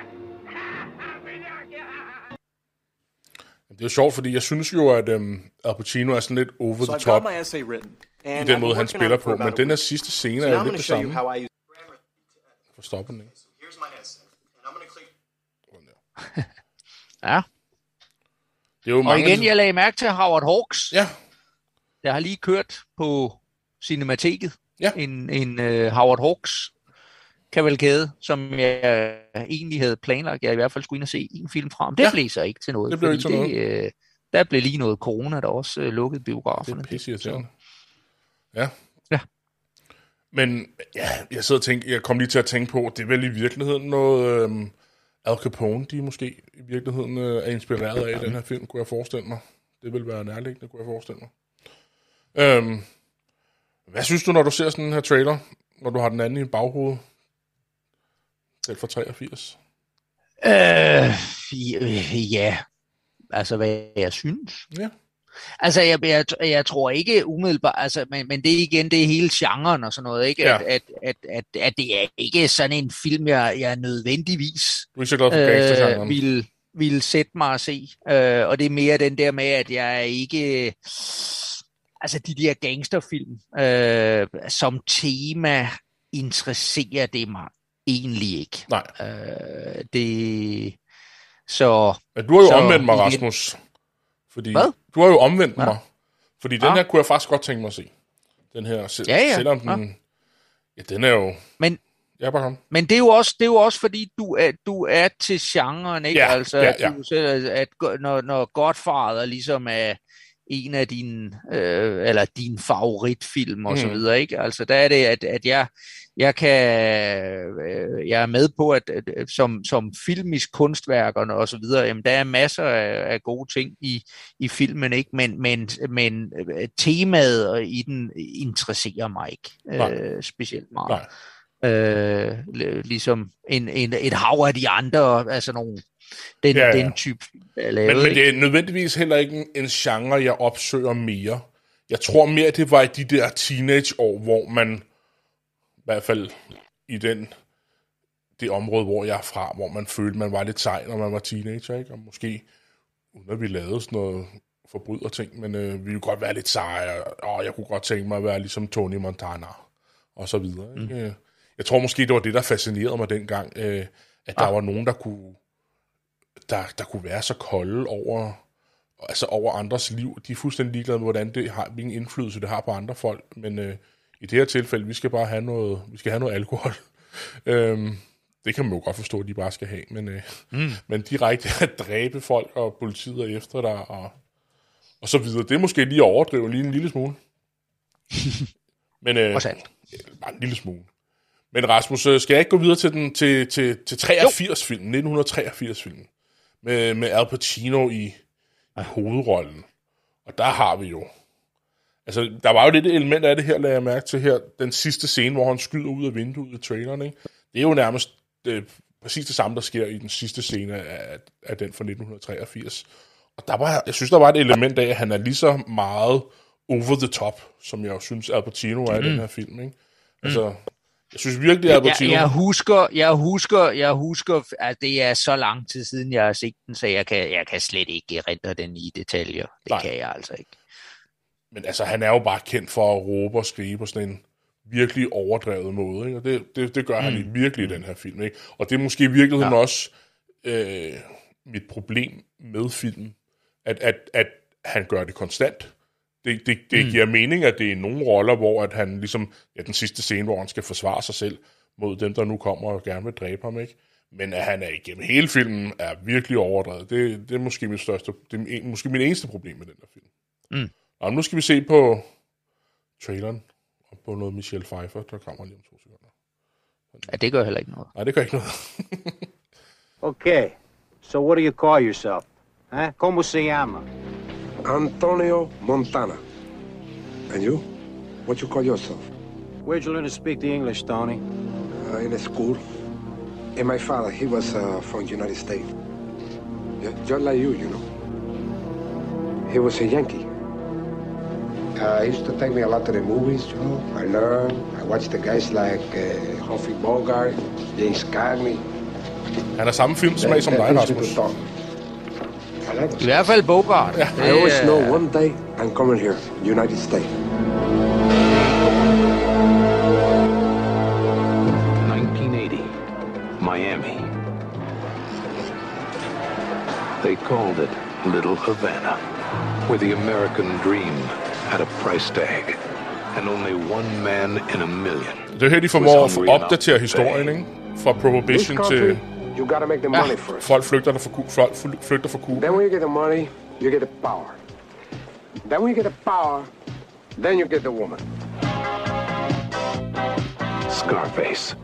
S2: Det er jo sjovt, fordi jeg synes jo, at Al Pacino er sådan lidt over the top i den måde, han spiller på, men den her sidste scene er jo lidt det samme. For stoppe den, ikke?
S3: Ja.
S2: Det er jo
S3: og igen, jeg lagde mærke til Howard Hawks.
S2: Ja.
S3: Der har lige kørt på Cinemateket.
S2: Ja.
S3: En Howard Hawks kavalkade, som jeg egentlig havde planlagt. Jeg i hvert fald skulle ind og se en film fra. Det blev så ikke til noget.
S2: Det blev ikke til noget.
S3: Der blev lige noget corona, der også lukkede biograferne.
S2: Det er pisseirriterende. Ja. Men ja, jeg kom lige til at tænke på, det er vel i virkeligheden noget Al Capone, de måske i virkeligheden er inspireret af den her film, kunne jeg forestille mig. Det vil være nærliggende, kunne jeg forestille mig. Hvad synes du, når du ser sådan en her trailer? når du har den anden i baghovedet? Den fra 83?
S3: Ja. Altså, hvad jeg synes.
S2: Ja.
S3: Altså, jeg tror ikke umiddelbart, altså, men det er igen, det er hele genren og sådan noget, ikke?
S2: Ja.
S3: At det er ikke sådan en film, jeg nødvendigvis
S2: du er ikke så glad for gangstergenren.
S3: Vil sætte mig at se. Og det er mere den der med, at jeg er ikke... Altså, de der gangsterfilm som tema interesserer det mig egentlig ikke.
S2: Nej.
S3: Så...
S2: Men du har jo omvendt mig, Rasmus. Fordi,
S3: hvad?
S2: Du har jo omvendt mig. Fordi den her kunne jeg faktisk godt tænke mig at se. Den her, selvom den... Ja, den er jo...
S3: Men det er jo også fordi du er til genren, ikke? Altså at når Godfather ligesom er en af dine eller din favoritfilm og så videre, ikke? Altså der er det at jeg er med på at som filmisk kunstværkerne og så videre, jamen der er masser af gode ting i filmen, ikke? Men temaet i den interesserer mig ikke specielt meget.
S2: Nej.
S3: Ligesom et hav af de andre, altså nogle den type lavet,
S2: men det er nødvendigvis heller ikke en genre, jeg opsøger mere. Jeg tror mere, det var i de der teenageår, hvor man, i hvert fald i det område, hvor jeg er fra, hvor man følte, man var lidt sej, når man var teenager, ikke? Og måske, uden at vi lavede sådan noget forbryderting, men vi ville godt være lidt seje, og jeg kunne godt tænke mig at være ligesom Tony Montana, og så videre, ikke? Jeg tror måske, det var det, der fascinerede mig dengang, at der var nogen, der kunne være så kolde over andres liv. De er fuldstændig ligeglade med, hvilken indflydelse det har på andre folk. Men i det her tilfælde, vi skal bare have noget alkohol. Det kan man jo godt forstå, at de bare skal have. Men direkte at dræbe folk, og politiet er efter dig, og så videre. Det er måske lige at overdrive lige en lille smule. Men bare en lille smule. Men Rasmus, skal jeg ikke gå videre til 83-filmen, 1983-filmen, med Al Pacino i hovedrollen. Og der har vi jo... Altså, der var jo lidt et element af det her, lagde jeg mærke til her, den sidste scene, hvor han skyder ud af vinduet i traileren, ikke? Det er jo nærmest præcis det samme, der sker i den sidste scene af den fra 1983. Og jeg synes, der var et element af, at han er lige så meget over the top, som jeg jo synes, Al Pacino er i den her film, ikke? Altså... Jeg synes virkelig, at Albertino...
S3: Jeg husker, at det er så lang tid siden, jeg har set den, så jeg kan slet ikke erindre den i detaljer. Det kan jeg altså ikke.
S2: Men altså, han er jo bare kendt for at råbe og skrige på sådan en virkelig overdrevet måde, ikke? Og det gør han virkelig i den her film, ikke? Og det er måske i virkeligheden også mit problem med filmen, at han gør det konstant. Det giver mening, at det er nogle roller, hvor at han ligesom, den sidste scene, hvor han skal forsvare sig selv mod dem, der nu kommer og gerne vil dræbe ham, ikke? Men at han er igennem hele filmen, er virkelig overdrevet. Det er måske måske mit eneste problem med den der film. Og nu skal vi se på traileren, og på noget Michelle Pfeiffer, der kommer lige om 2 sekunder.
S3: Ja, det gør heller ikke noget.
S2: Nej, det gør ikke noget.
S18: Okay, so what do you call yourself? Huh? Como se llama?
S19: Antonio Montana. And you? What you call yourself?
S18: Where'd you learn to speak the English, Tony?
S19: In a school. And my father, he was from the United States. Yeah, just like you know. He was a Yankee. He used to take me a lot to the movies, you know. I learned. I watched the guys like Humphrey Bogart, James Cagney.
S2: Han er samme filmsmag som dig, Rasmus.
S3: I hvert fald Bogart.
S19: I always know one day I'm coming here, United States.
S20: 1980, Miami. They called it Little Havana, where the American dream had a price tag, and only one man in a million.
S2: Det er her, de formår at opdatere historien, ikke? Fra Prohibition til...
S19: You gotta make the money first.
S2: Folk flygter fra Cuba.
S19: Then when you get the money, you get the power. Then when you get the power, then you get the woman.
S20: Scarface.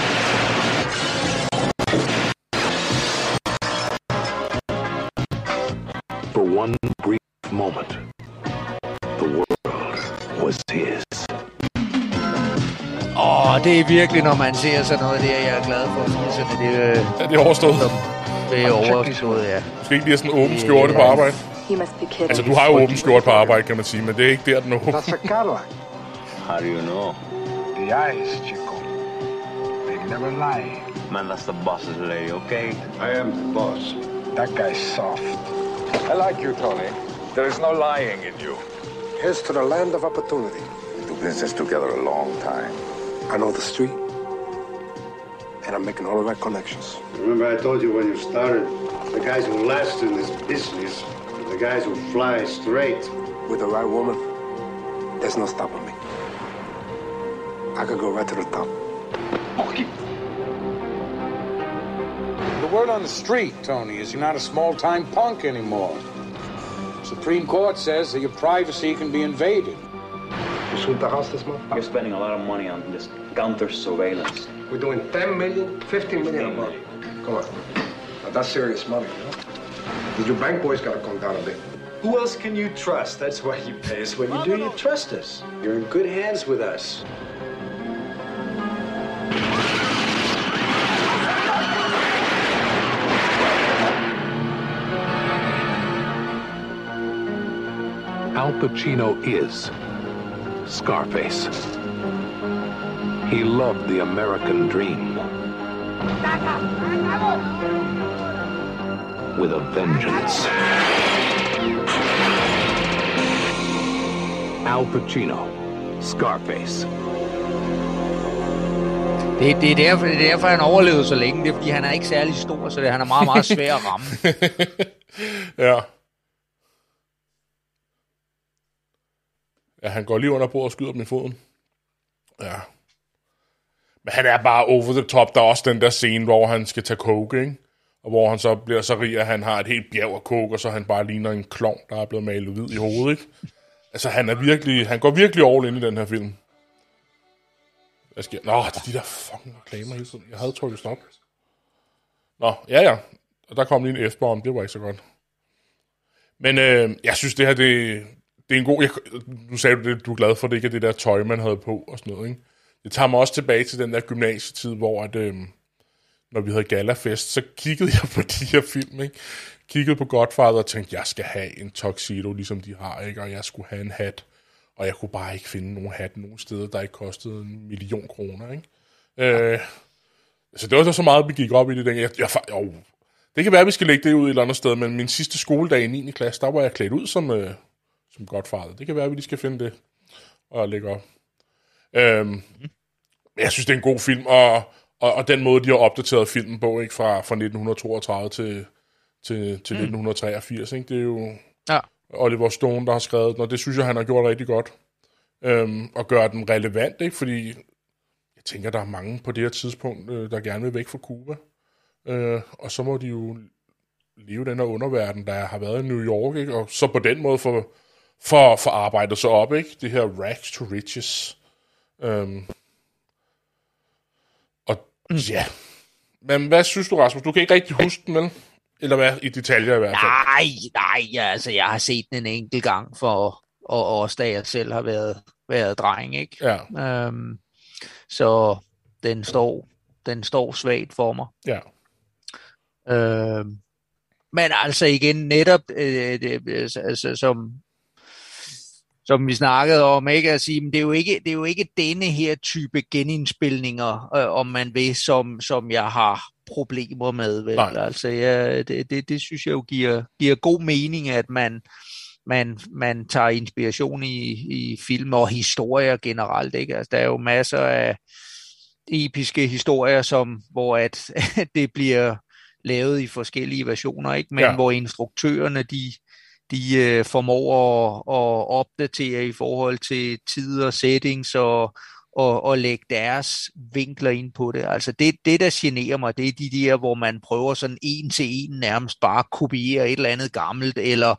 S20: For one brief moment, the world was his.
S3: det er virkelig, når man ser sådan noget der, jeg er glad for.
S2: Det er overstået.
S3: Det er overstået, ja.
S2: Du skal ikke lige have sådan en åben skjorte på arbejde. Altså, du har jo åben skjorte på arbejde, kan man sige, men det er ikke der, den er åben.
S19: That's a Cadillac.
S12: How do you know?
S19: The eyes, Chico. They never lie.
S12: Man, that's the boss's lay, okay?
S19: I am the boss. That guy's soft.
S21: I like you, Tony. There is no lying in you.
S19: Here's to the land of opportunity.
S21: We do business together a long time.
S19: I know the street. And I'm making all the right connections.
S22: Remember I told you when you started, the guys who last in this business are the guys who fly straight.
S19: With the right woman, there's no stopping me. I could go right to the top.
S22: Okay. The word on the street, Tony, is you're not a small-time punk anymore. Supreme Court says that your privacy can be invaded.
S19: You shoot the house this month?
S12: You're spending a lot of money on this counter-surveillance.
S19: We're doing 10 million, 15 million a month. Come on. Now that's serious money, you know? Your bank boys gotta come down a bit.
S22: Who else can you trust? That's why you pay us what you do. You trust us. You're in good hands with us.
S20: Al Pacino is Scarface. He loved the American dream with a vengeance. Al Pacino, Scarface.
S3: Det er derfor, han overlevede så længe. Det er, fordi han er ikke særlig stor, så han er meget, meget svær at ramme.
S2: Ja. Ja, han går lige under bordet og skyder dem i foden. Ja. Men han er bare over the top. Der er også den der scene, hvor han skal tage coke, ikke? Og hvor han så bliver så rig, at han har et helt bjerg af coke, og så han bare ligner en klovn, der er blevet malet hvid i hovedet, ikke? Altså, han går virkelig all ind i den her film. Hvad sker? Nå, det er de der fucking reklamer hele tiden. Jeg havde trykket stop. Nå, ja. Og der kom lige en F-bomb. Det var ikke så godt. Men jeg synes, det her, det er en god... Nu sagde du er glad for, det ikke er det der tøj, man havde på og sådan noget, ikke? Det tager mig også tilbage til den der gymnasietid, hvor at, når vi havde galafest, så kiggede jeg på de her film, ikke? Kiggede på Godfather og tænkte, jeg skal have en tuxedo, ligesom de har, ikke? Og jeg skulle have en hat. Og jeg kunne bare ikke finde nogen hat nogen steder, der ikke kostede 1 million kroner, ikke? Så det var så meget, vi gik op i det. Det kan være, at vi skal lægge det ud et eller andet sted, men min sidste skoledag i 9. klasse, der var jeg klædt ud som Godfather. Det kan være, at vi lige skal finde det og lægge op. Jeg synes, det er en god film, og den måde, de har opdateret filmen på, ikke, fra 1932 til 1983, ikke? Det er jo Oliver Stone, der har skrevet den, og det synes jeg, han har gjort rigtig godt. Og gøre den relevant, ikke? Fordi jeg tænker, der er mange på det her tidspunkt, der gerne vil væk fra Cuba. Og så må de jo leve den her underverden, der har været i New York, ikke? Og så på den måde for arbejdet sig op, ikke? Det her rags to riches. Ja. Men hvad synes du, Rasmus? Du kan ikke rigtig huske den, vel? Eller hvad? I detaljer i hvert fald.
S3: Nej, altså jeg har set den en enkelt gang for også da jeg selv har været dreng, ikke?
S2: Ja.
S3: Så den står svagt for mig.
S2: Ja.
S3: Men altså igen, netop som vi snakkede om, ikke at sige, men det er jo ikke denne her type genindspilninger, om man vil, som jeg har problemer med, vel? Altså det synes jeg jo giver god mening, at man tager inspiration i film og historier generelt, ikke? Altså der er jo masser af episke historier, hvor at det bliver lavet i forskellige versioner, ikke? Men hvor instruktørerne de formår at opdatere i forhold til tid og settings og lægge deres vinkler ind på det. Altså det der generer mig, det er de der, hvor man prøver sådan en til en nærmest bare at kopiere et eller andet gammelt,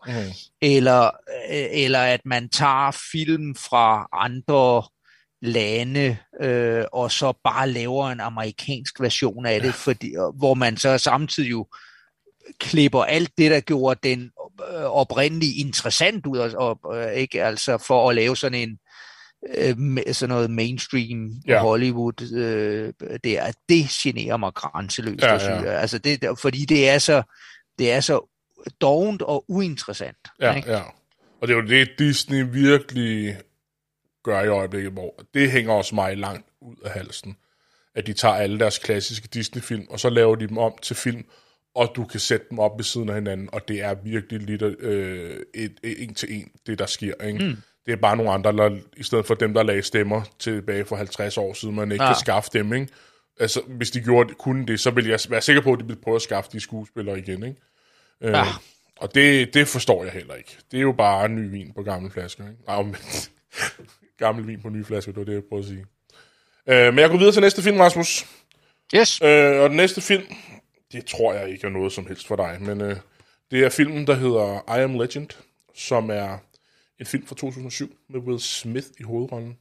S3: eller at man tager film fra andre lande, og så bare laver en amerikansk version af det, hvor man så samtidig jo klipper alt det, der gjorde den oprindeligt interessant ud, ikke? Altså for at lave sådan sådan noget mainstream Hollywood, det generer mig grænseløst. Altså fordi det er så dovent og uinteressant.
S2: Ja. Og det er jo det, Disney virkelig gør i øjeblikket, hvor det hænger også mig langt ud af halsen, at de tager alle deres klassiske Disney-film, og så laver de dem om til film, og du kan sætte dem op ved siden af hinanden, og det er virkelig lidt en til en, det der sker, ikke? Det er bare nogle andre, der, i stedet for dem, der lagde stemmer tilbage for 50 år siden, man ikke kan skaffe dem, ikke? Altså, hvis de kunne det, så ville jeg være sikker på, at de ville prøve at skaffe de skuespillere igen, ikke? Og det forstår jeg heller ikke. Det er jo bare ny vin på gamle flasker, ikke? Nej, men gammel vin på nye flasker, det var det, jeg prøvede at sige. Men jeg går videre til næste film, Rasmus.
S3: Yes.
S2: Og den næste film, det tror jeg ikke er noget som helst for dig, men det er filmen, der hedder I Am Legend, som er en film fra 2007 med Will Smith i hovedrollen.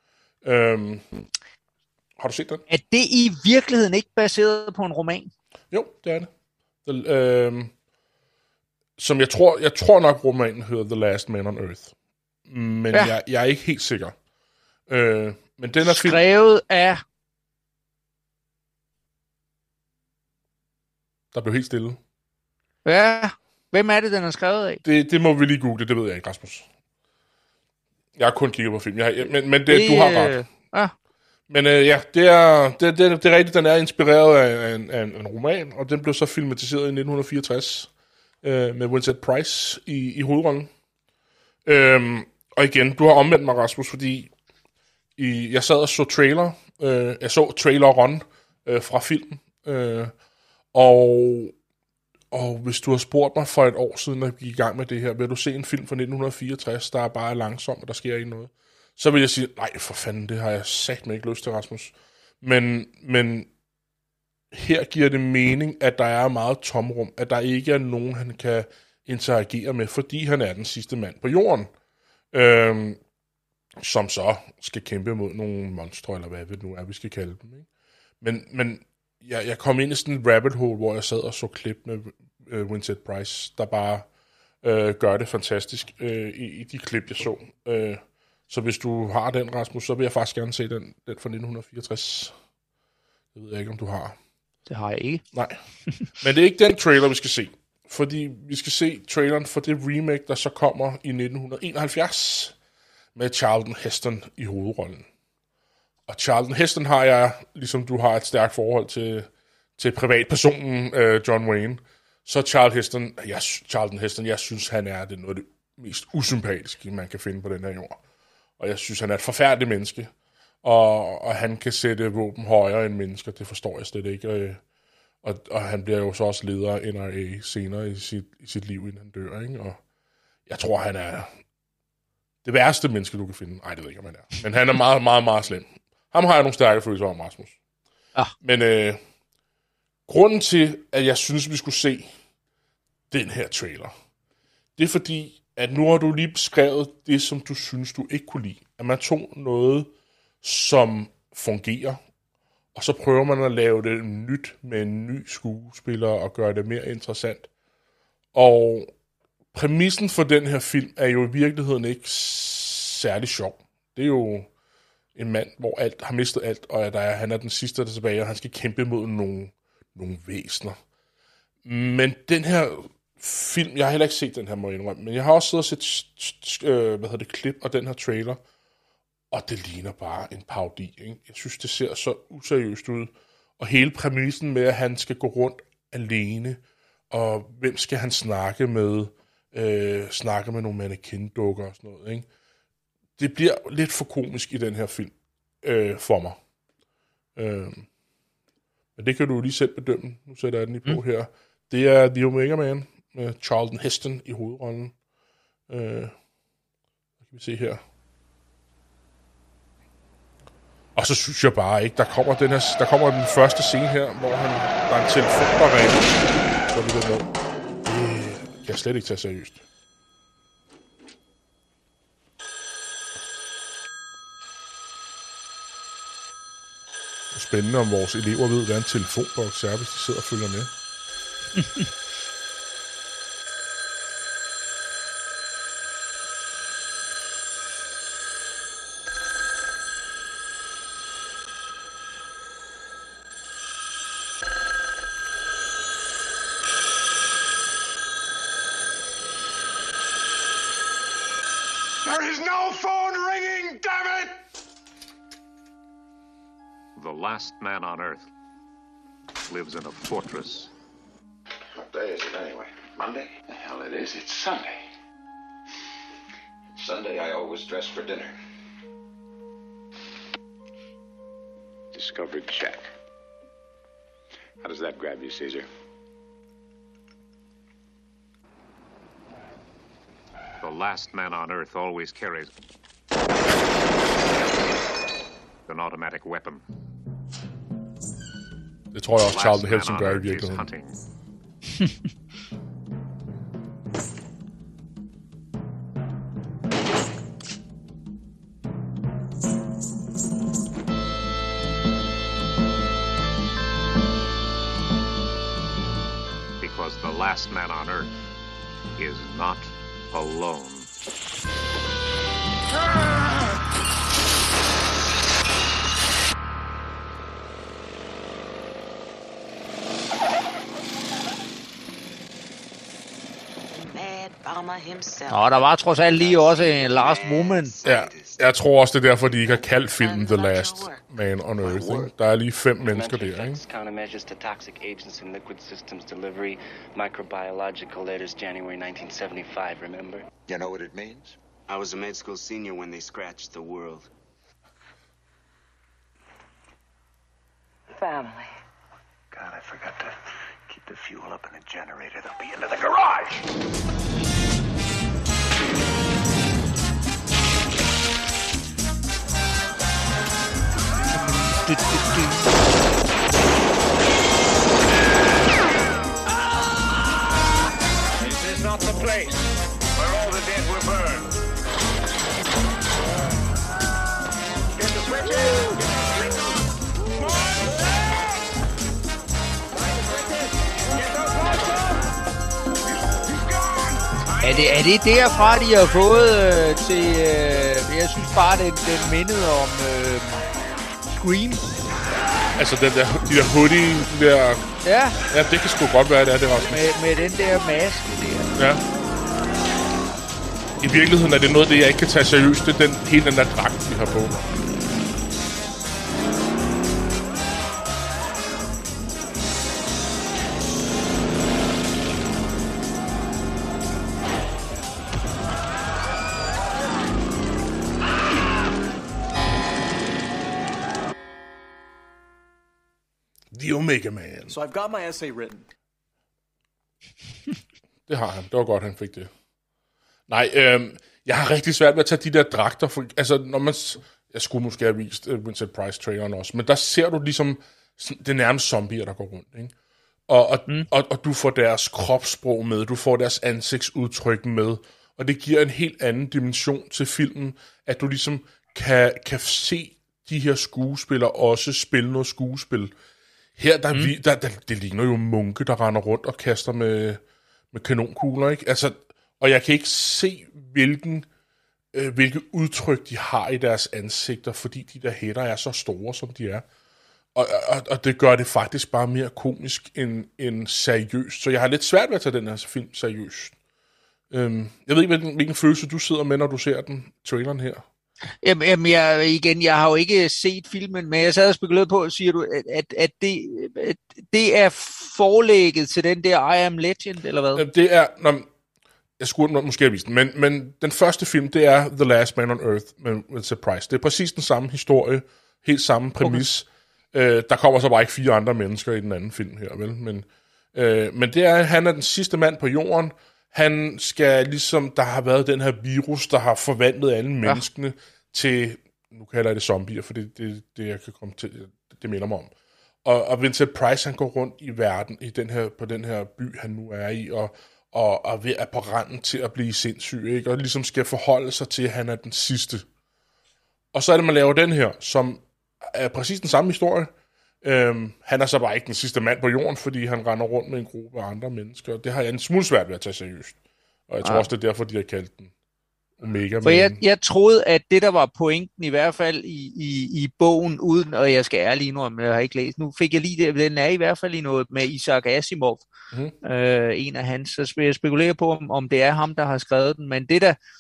S2: Har du set den?
S3: Er det i virkeligheden ikke baseret på en roman?
S2: Jo, det er det. Som jeg tror nok romanen hedder The Last Man on Earth. Men jeg er ikke helt sikker. Men den er
S3: skrevet af...
S2: Der blev helt stille.
S3: Ja, hvem er det, den er skrevet af?
S2: Det må vi lige google, det ved jeg ikke, Rasmus. Jeg har kun kigget på film. Men det, du har ret.
S3: Ja.
S2: Men det er rigtigt, den er inspireret af en roman, og den blev så filmatiseret i 1964 med Vincent Price i hovedrollen. Og igen, du har omvendt mig, Rasmus, fordi jeg sad og så trailer. Jeg så traileren fra filmen. Og hvis du har spurgt mig for et år siden, når jeg gik i gang med det her, vil du se en film fra 1964, der er bare langsom, og der sker ikke noget, så vil jeg sige, nej, for fanden, det har jeg satme ikke lyst til, Rasmus. Men her giver det mening, at der er meget tomrum, at der ikke er nogen, han kan interagere med, fordi han er den sidste mand på jorden, som så skal kæmpe mod nogle monstre, eller hvad det nu er, vi skal kalde dem. Ikke? Men jeg kom ind i sådan en rabbit hole, hvor jeg sad og så klip med Vincent Price, der bare gør det fantastisk i de klip, jeg så. Så hvis du har den, Rasmus, så vil jeg faktisk gerne se den fra 1964. Det ved jeg ikke, om du har.
S3: Det har jeg ikke.
S2: Nej. Men det er ikke den trailer, vi skal se. Fordi vi skal se traileren for det remake, der så kommer i 1971 med Charlton Heston i hovedrollen. Og Charlton Heston har jeg, ligesom du har et stærkt forhold til privatpersonen John Wayne. Så Charlton Heston, jeg synes, han er noget af det mest usympatiske, man kan finde på den her jord. Og jeg synes, han er et forfærdeligt menneske. Og han kan sætte våben højere end mennesker, det forstår jeg slet ikke. Og han bliver jo så også leder af NRA senere i sit liv, inden han dør. Ikke? Og jeg tror, han er det værste menneske, du kan finde. Nej, det ved jeg ikke, om han er. Men han er meget, meget, meget slem. Ham har jeg nogle stærke følelser om, Rasmus. Men grunden til, at jeg synes, vi skulle se den her trailer, det er fordi, at nu har du lige beskrevet det, som du synes, du ikke kunne lide. At man tog noget, som fungerer, og så prøver man at lave det nyt med en ny skuespiller og gøre det mere interessant. Og præmissen for den her film er jo i virkeligheden ikke særlig sjov. Det er jo en mand, hvor alt har mistet alt, og han er den sidste, der er tilbage, og han skal kæmpe mod nogle væsener. Men den her film, jeg har heller ikke set den her, må jeg indrømme, men jeg har også siddet og set klip og den her trailer, og det ligner bare en parodi. Ikke? Jeg synes, det ser så useriøst ud. Og hele præmissen med, at han skal gå rundt alene, og hvem skal han snakke med? Snakke med nogle mannequin-dukker og sådan noget. Ikke? Det bliver lidt for komisk i den her film for mig. Men det kan du lige selv bedømme. Nu sætter jeg den i på her. Det er The Omega Man med Charlton Heston i hovedrollen. Kan vi se her. Og så synes jeg bare ikke, der kommer den første scene her, hvor der er en telefon, der ringer. Så er det med. Det kan jeg slet ikke tage seriøst. Det er spændende, om vores elever ved, hvad en telefonboks er, hvis de sidder og følger med.
S21: There is no phone ringing, damn it!
S1: The last man on Earth lives in a fortress.
S21: What day is it anyway? Monday? The hell it is. It's Sunday. Sunday I always dress for dinner. Discovered check. How does that grab you, Caesar?
S1: The last man on Earth always carries an automatic weapon.
S2: Det tror jeg også, Charlton Heston gør i virkeligheden.
S1: Because the last man on Earth is not alone.
S3: Nå, der var trods alt lige også en Last Woman.
S2: Ja, jeg tror også, det er derfor, de ikke har kaldt filmen The Last Man on Earth. Ikke? Der er lige 5 mennesker der, ikke?
S8: Countermeasures to toxic agents in liquid systems delivery, microbiological letters, January 1975, remember?
S23: You know what it means?
S8: I was a med school senior when they scratched the world.
S23: Family. God, I forgot to keep the fuel up in the generator. They'll be into the garage!
S21: This is not the place where all the dead were burned. Get the switches! Get the switches on!
S3: Er det derfra, de har fået til... jeg synes bare, den mindede om Scream.
S2: Altså de der hoodie, de der... Ja, det kan sgu godt være, det er også.
S3: Med den der maske der.
S2: Ja. I virkeligheden er det noget, det jeg ikke kan tage seriøst. Det er hele den der dragt, de har på. The Omega Man.
S24: So I've got my essay written.
S2: Det har han. Det var godt, han fik det. Nej, jeg har rigtig svært ved at tage de der dragter. For, altså, når man... Jeg skulle måske have vist Vincent Price-traileren også, men der ser du ligesom... Det er nærmest zombier, der går rundt, ikke? Og du får deres kropssprog med, du får deres ansigtsudtryk med, og det giver en helt anden dimension til filmen, at du ligesom kan se de her skuespillere også spille noget skuespil. Her, det ligner jo munke, der render rundt og kaster med kanonkugler, ikke? Altså, og jeg kan ikke se, hvilke udtryk de har i deres ansigter, fordi de der hætter er så store, som de er. Og det gør det faktisk bare mere komisk end seriøst. Så jeg har lidt svært ved at tage den her film seriøst. Jeg ved ikke, hvilken følelse du sidder med, når du ser traileren her.
S3: Jamen, jeg har jo ikke set filmen, men jeg sad og spekulerede på, siger du, at det er forlægget til den der I Am Legend, eller hvad?
S2: Det er, jeg skulle måske have vist den, men den første film, det er The Last Man on Earth med Vincent Price. Det er præcis den samme historie, helt samme præmis. Okay. Der kommer så bare ikke 4 andre mennesker i den anden film her, vel? Men det er, han er den sidste mand på jorden. Han skal ligesom, der har været den her virus, der har forvandlet alle menneskene til, nu kalder jeg det zombier, for det jeg kan komme til, det minder mig om. Og Vincent Price, han går rundt i verden, på den her by, han nu er i, og er på randen til at blive sindssyg, ikke? Og ligesom skal forholde sig til, at han er den sidste. Og så er det, man laver den her, som er præcis den samme historie. Han er så bare ikke den sidste mand på jorden, fordi han render rundt med en gruppe af andre mennesker. Det har jeg en smule svært ved at tage seriøst. Og jeg tror også, det er derfor, de har kaldt den Omega Man.
S3: For jeg troede, at det, der var pointen, i hvert fald i bogen, uden, og jeg skal ærligt indrømme, jeg har ikke læst, nu fik jeg lige det, den er i hvert fald i noget med Isaac Asimov, en af hans, så jeg spekulerer på, om det er ham, der har skrevet den, men det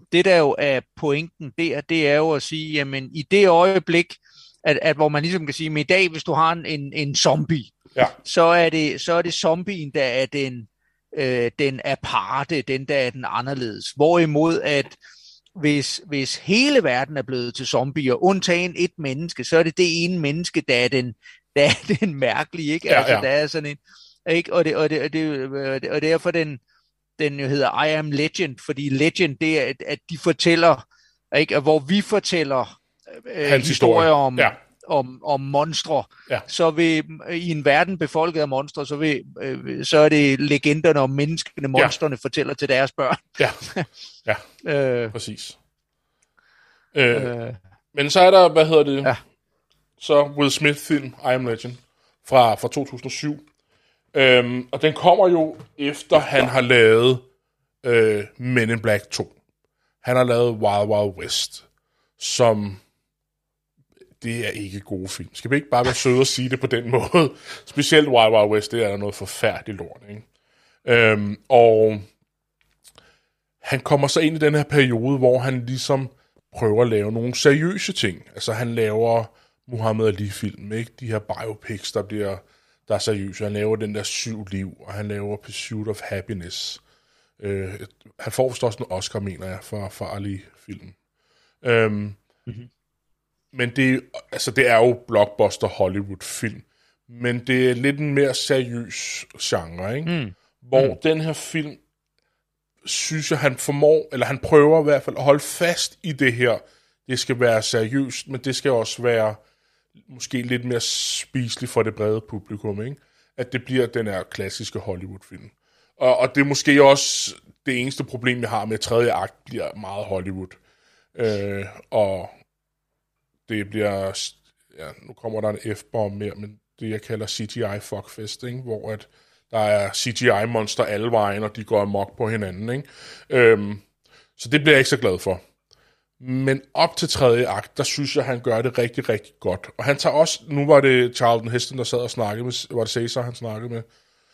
S3: det der jo er pointen der, det er jo at sige, jamen i det øjeblik, at hvor man ligesom kan sige, men i dag, hvis du har en zombie, så er det zombien, der er den aparte, den der er den anderledes. Hvorimod at hvis hele verden er blevet til zombier, undtagen et menneske, så er det ene menneske, der er den mærkelige, ikke?
S2: Ja,
S3: altså, der er sådan en, ikke? Og derfor den jo hedder I Am Legend, fordi Legend, det er, at de fortæller, ikke? Hvor vi fortæller historier om monstre, så vil i en verden befolket af monstre, så er det legenderne om menneskene, monstrene fortæller til deres børn.
S2: Præcis. Men så er der, så Will Smith-film, I Am Legend, fra 2007. Og den kommer jo efter, han har lavet Men in Black 2. Han har lavet Wild Wild West, som... Det er ikke gode film. Skal vi ikke bare være søde og sige det på den måde? Specielt Wild Wild West, det er der noget forfærdeligt lort, ikke? Og han kommer så ind i den her periode, hvor han ligesom prøver at lave nogle seriøse ting. Altså han laver Muhammad Ali-film, ikke? De her biopics, der er seriøse. Han laver den der 7 liv, og han laver Pursuit of Happiness. Han får også en Oscar, mener jeg, for Ali-filmen. Men det er jo blockbuster Hollywood-film. Men det er lidt en mere seriøs genre, ikke? Hvor den her film, synes jeg, han formår, eller han prøver i hvert fald at holde fast i det her. Det skal være seriøst, men det skal også være måske lidt mere spiseligt for det brede publikum, ikke? At det bliver den her klassiske Hollywood-film. Og det er måske også det eneste problem, jeg har med tredje akt, bliver meget Hollywood. Og det bliver, nu kommer der en F-bomb mere, men det jeg kalder CGI fuckfest, ikke? Hvor at der er CGI-monster alle vejen, og de går amok på hinanden, ikke? Så det bliver jeg ikke så glad for. Men op til tredje akt, der synes jeg, han gør det rigtig, rigtig godt. Og han tager også, nu var det Charlton Heston, der sad og snakkede med, var det Cæsar, han snakkede med,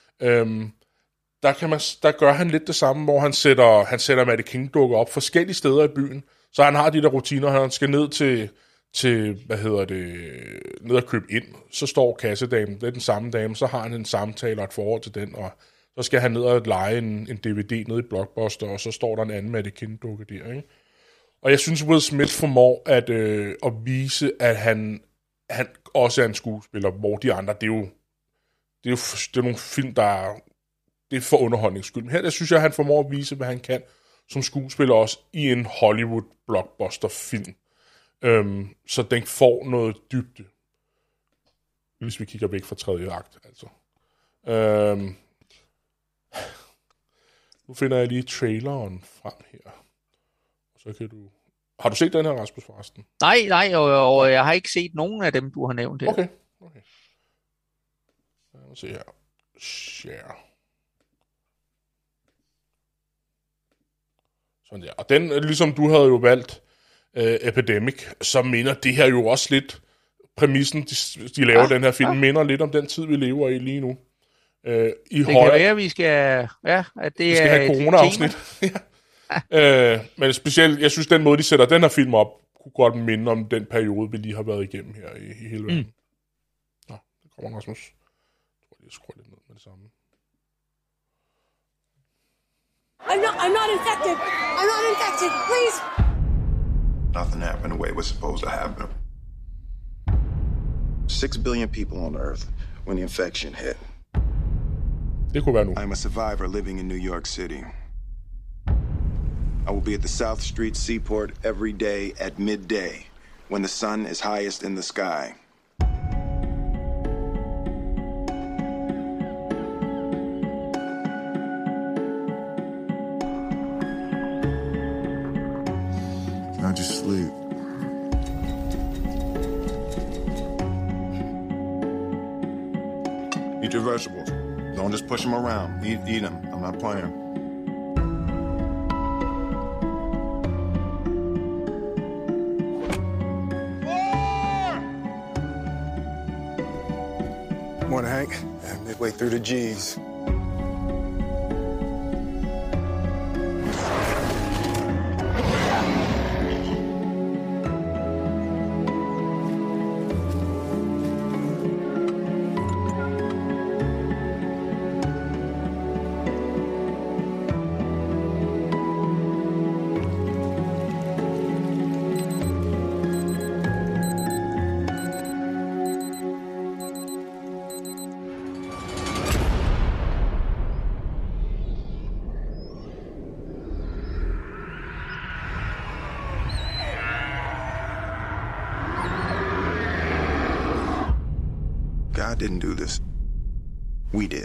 S2: der gør han lidt det samme, hvor han sætter Matty King-dukker op forskellige steder i byen, så han har de der rutiner, han skal ned til ned at købe ind, så står kassedamen, det er den samme dame, så har han en samtale og et forhold til den, og så skal han ned og lege en DVD nede i Blockbuster, og så står der en anden Matty King-dukke der, ikke? Og jeg synes, Will Smith formår at vise, at han også er en skuespiller, hvor de andre, det er nogle film, det er for underholdningsskyld. Men her, der synes jeg, at han formår at vise, hvad han kan som skuespiller også i en Hollywood-blockbuster-film. Så den får noget dybde, hvis vi kigger væk fra tredje akt, altså. Nu finder jeg lige traileren frem her. Så kan du... Har du set den her, Rasmus, forresten?
S3: Nej, og jeg har ikke set nogen af dem, du har nævnt her.
S2: Okay. Lad os se her. Share. Sådan der. Og den, ligesom du havde jo valgt Epidemic, så minder det her jo også lidt, præmissen, de laver den her film, minder lidt om den tid, vi lever i lige nu.
S3: Det kan være, vi skal... Ja, at det
S2: vi skal have corona-afsnit. Men specielt, jeg synes, den måde, de sætter den her film op, kunne godt minde om den periode, vi lige har været igennem her i hele verden. Nå, det kommer Rasmus. Jeg tror lige, jeg skruer lidt ned med det samme.
S21: I'm not infected. I'm not infected. Please.
S9: Nothing happened the way it was supposed to happen. 6 billion people on Earth when the infection hit.
S2: Det kunne være nu.
S9: I'm a survivor living in New York City. I will be at the South Street Seaport every day at midday when the sun is highest in the sky. Now just sleep. Eat your vegetables. Don't just push them around. Eat them. I'm not playing. Morning, Hank. Midway through the G's. God didn't do this. We did.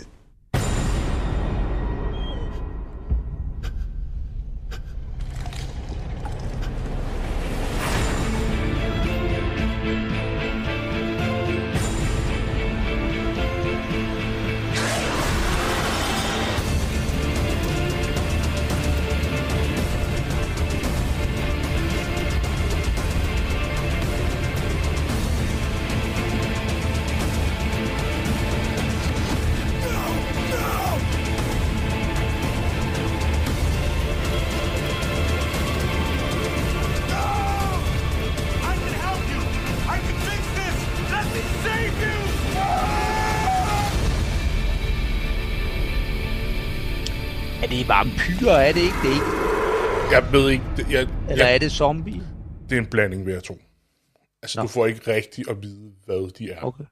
S3: Er det vampyrer, er det ikke det?
S2: Jeg ved ikke...
S3: Eller er det zombie?
S2: Det er en blanding ved jer to. Altså, du får ikke rigtig at vide, hvad de er.
S3: Okay.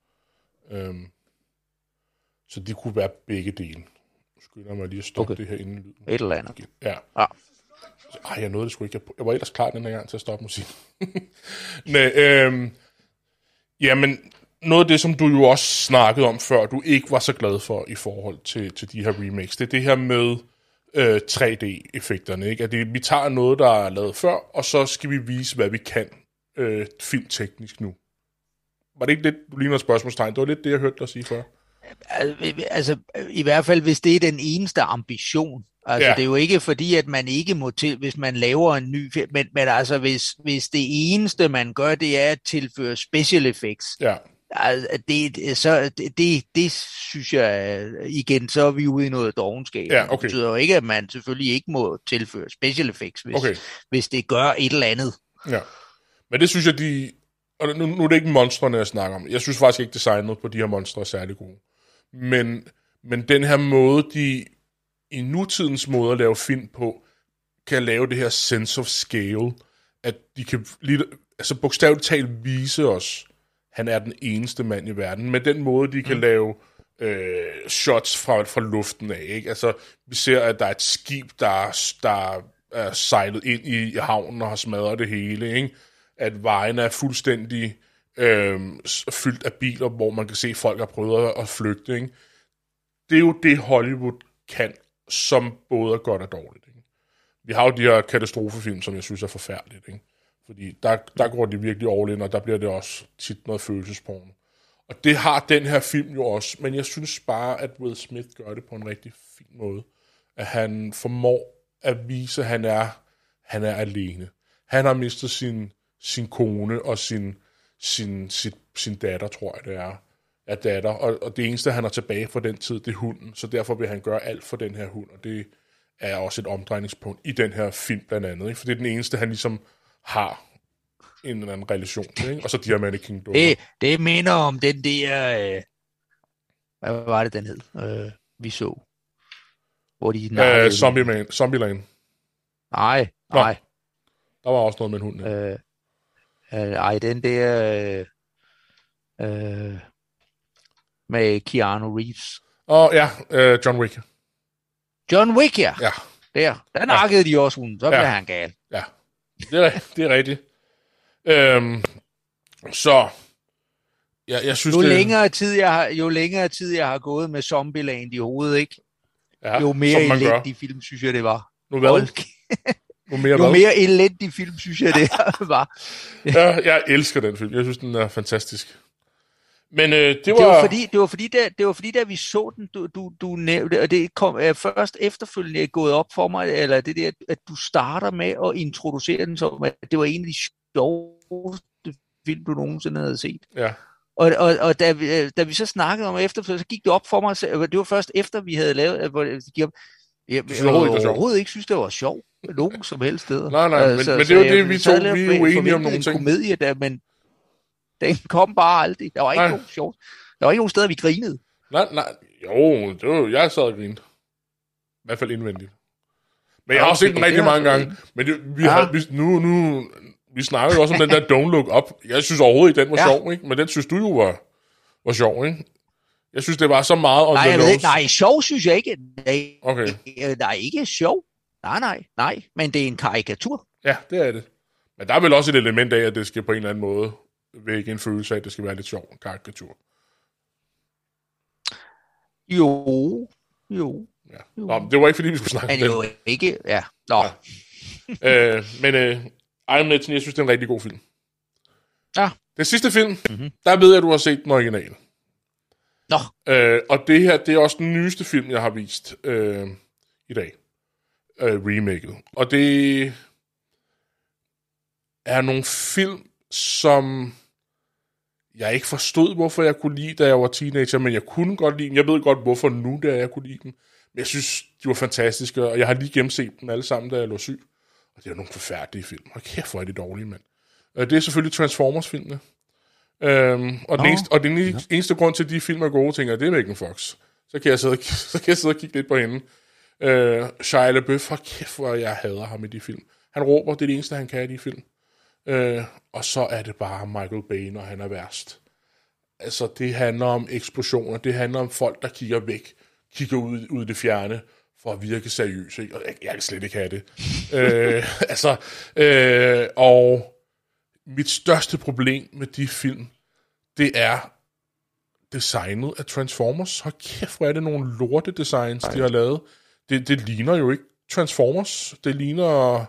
S2: Så de kunne være begge dele. Nu skynder jeg mig lige at stoppe det her inden lyden.
S3: Et eller andet.
S2: Ja. Jeg nåede det sgu ikke. Jeg var ellers klar den her gang til at stoppe musik. Jamen, noget af det, som du jo også snakkede om før, du ikke var så glad for i forhold til de her remakes, det er det her med 3D-effekterne. Ikke? At vi tager noget, der er lavet før, og så skal vi vise, hvad vi kan filmteknisk nu. Var det ikke lidt, du ligner et spørgsmålstegn? Det var lidt det, jeg hørte dig sige før.
S3: Altså, i hvert fald, hvis det er den eneste ambition. Altså, det er jo ikke fordi, at man ikke må til, hvis man laver en ny film, men altså, hvis det eneste, man gør, det er at tilføre special effects, altså, det synes jeg, igen, så er vi ude i noget dovenskab.
S2: Ja, okay.
S3: Det betyder jo ikke, at man selvfølgelig ikke må tilføre special effects, hvis det gør et eller andet.
S2: Ja, men det synes jeg, og nu er det ikke monstrene, jeg snakker om. Jeg synes faktisk ikke, designet på de her monstre er særlig gode. Men den her måde, de i nutidens måde at lave film på, kan lave det her sense of scale, at de kan altså bogstaveligt talt vise os, han er den eneste mand i verden, med den måde, de kan lave shots fra luften af. Ikke? Altså, vi ser, at der er et skib, der er sejlet ind i havnen og har smadret det hele, ikke? At vejene er fuldstændig fyldt af biler, hvor man kan se, at folk har prøvet at flygte. Ikke? Det er jo det, Hollywood kan, som både er godt og dårligt. Ikke? Vi har jo de her katastrofefilm, som jeg synes er forfærdeligt. Ikke? Fordi der går de virkelig all in, og der bliver det også tit noget følelsesporno. Og det har den her film jo også, men jeg synes bare, at Will Smith gør det på en rigtig fin måde. At han formår at vise, at han er alene. Han har mistet sin kone og sin datter, tror jeg det er datter. Og det eneste, han har tilbage fra den tid, det er hunden. Så derfor vil han gøre alt for den her hund, og det er også et omdrejningspunkt i den her film blandt andet. Ikke? For det er den eneste, han ligesom har en eller anden relation til. Ikke? Og så Diamante Kingdom.
S3: Det minder om den der... hvad var det, den hed? Vi så. Hvor de
S2: Zombieland.
S3: Nej.
S2: Der var også noget med en hund.
S3: Den der... med Keanu Reeves.
S2: John Wick.
S3: John Wick, ja. Der nakkede de også hunden, så blev han gal.
S2: Ja, det er rigtigt. Så jeg synes,
S3: jo længere tid jeg har gået med Zombieland i hovedet, ikke?
S2: Ja,
S3: jo mere elendig film, synes jeg, det var.
S2: Jo
S3: mere elendig film, synes jeg, det var.
S2: Jeg elsker den film. Jeg synes, den er fantastisk. Men det
S3: var fordi, da vi så den, du nævnte, og det kom først efterfølgende gået op for mig, eller det der, at du starter med at introducere den som, at det var en af de sjoveste film, du nogensinde havde set.
S2: Ja.
S3: Og da vi så snakkede om efterfølgende, så gik det op for mig, det var først efter, vi havde lavet, hvor det gik op, jeg overhovedet ikke synes, det var sjovt nogen som helst steder.
S2: Nej, men det er jo det, vi er uenige om nogle ting.
S3: Komedie der, men den kom bare aldrig. Der var ikke nogen sjovt. Der var ikke nogen steder, vi grinede.
S2: Nej. Jo, det var, jeg sad og grinede. I hvert fald indvendigt. Men jeg har også set den rigtig mange gange. Men vi snakkede også om den der Don't Look Up. Jeg synes overhovedet ikke, den var sjov, ikke? Men den synes du jo var sjov, ikke? Jeg synes, det var så meget on the nose.
S3: Nej, sjov synes jeg ikke.
S2: Okay.
S3: Der er ikke sjov. Nej. Men det er en karikatur.
S2: Ja, det er det. Men der er vel også et element af, at det skal på en eller anden måde vække en følelse af, at det skal være lidt sjov, en karikatur.
S3: Jo.
S2: Ja. Nå, det var ikke fordi, vi skulle snakke om
S3: det. Men jo ikke, ja. Nå.
S2: Ja. Men Iron Legend, jeg synes, det er en rigtig god film.
S3: Ja.
S2: Den sidste film, der ved jeg, at du har set den originale.
S3: Nå.
S2: Og det her, det er også den nyeste film, jeg har vist i dag. Remaket. Og det er nogle film, som jeg ikke forstod, hvorfor jeg kunne lide, da jeg var teenager, men jeg kunne godt lide dem. Jeg ved godt, hvorfor nu, da jeg kunne lide dem. Men jeg synes, de var fantastiske, og jeg har lige gennemset dem alle sammen, da jeg lå syg. Og det er nogle forfærdelige film. Og kæft, hvor er det dårlige, mand. Det er selvfølgelig Transformers-filmene. Og den eneste grund til, at de film er gode, tænker jeg, det er Megan Fox. Så kan jeg sidde og kigge lidt på hende. Shia LaBeouf, for kæft, hvor jeg hader ham i de film. Han råber, det er det eneste, han kan i de film. Og så er det bare Michael Bay, når han er værst. Altså, det handler om eksplosioner, det handler om folk, der kigger væk, kigger ud i det fjerne, for at virke seriøs, ikke? Og jeg kan slet ikke have det. Og mit største problem med de film, det er designet af Transformers. Hold kæft, hvor er det nogle lorte designs, de har lavet. Det ligner jo ikke Transformers. Det ligner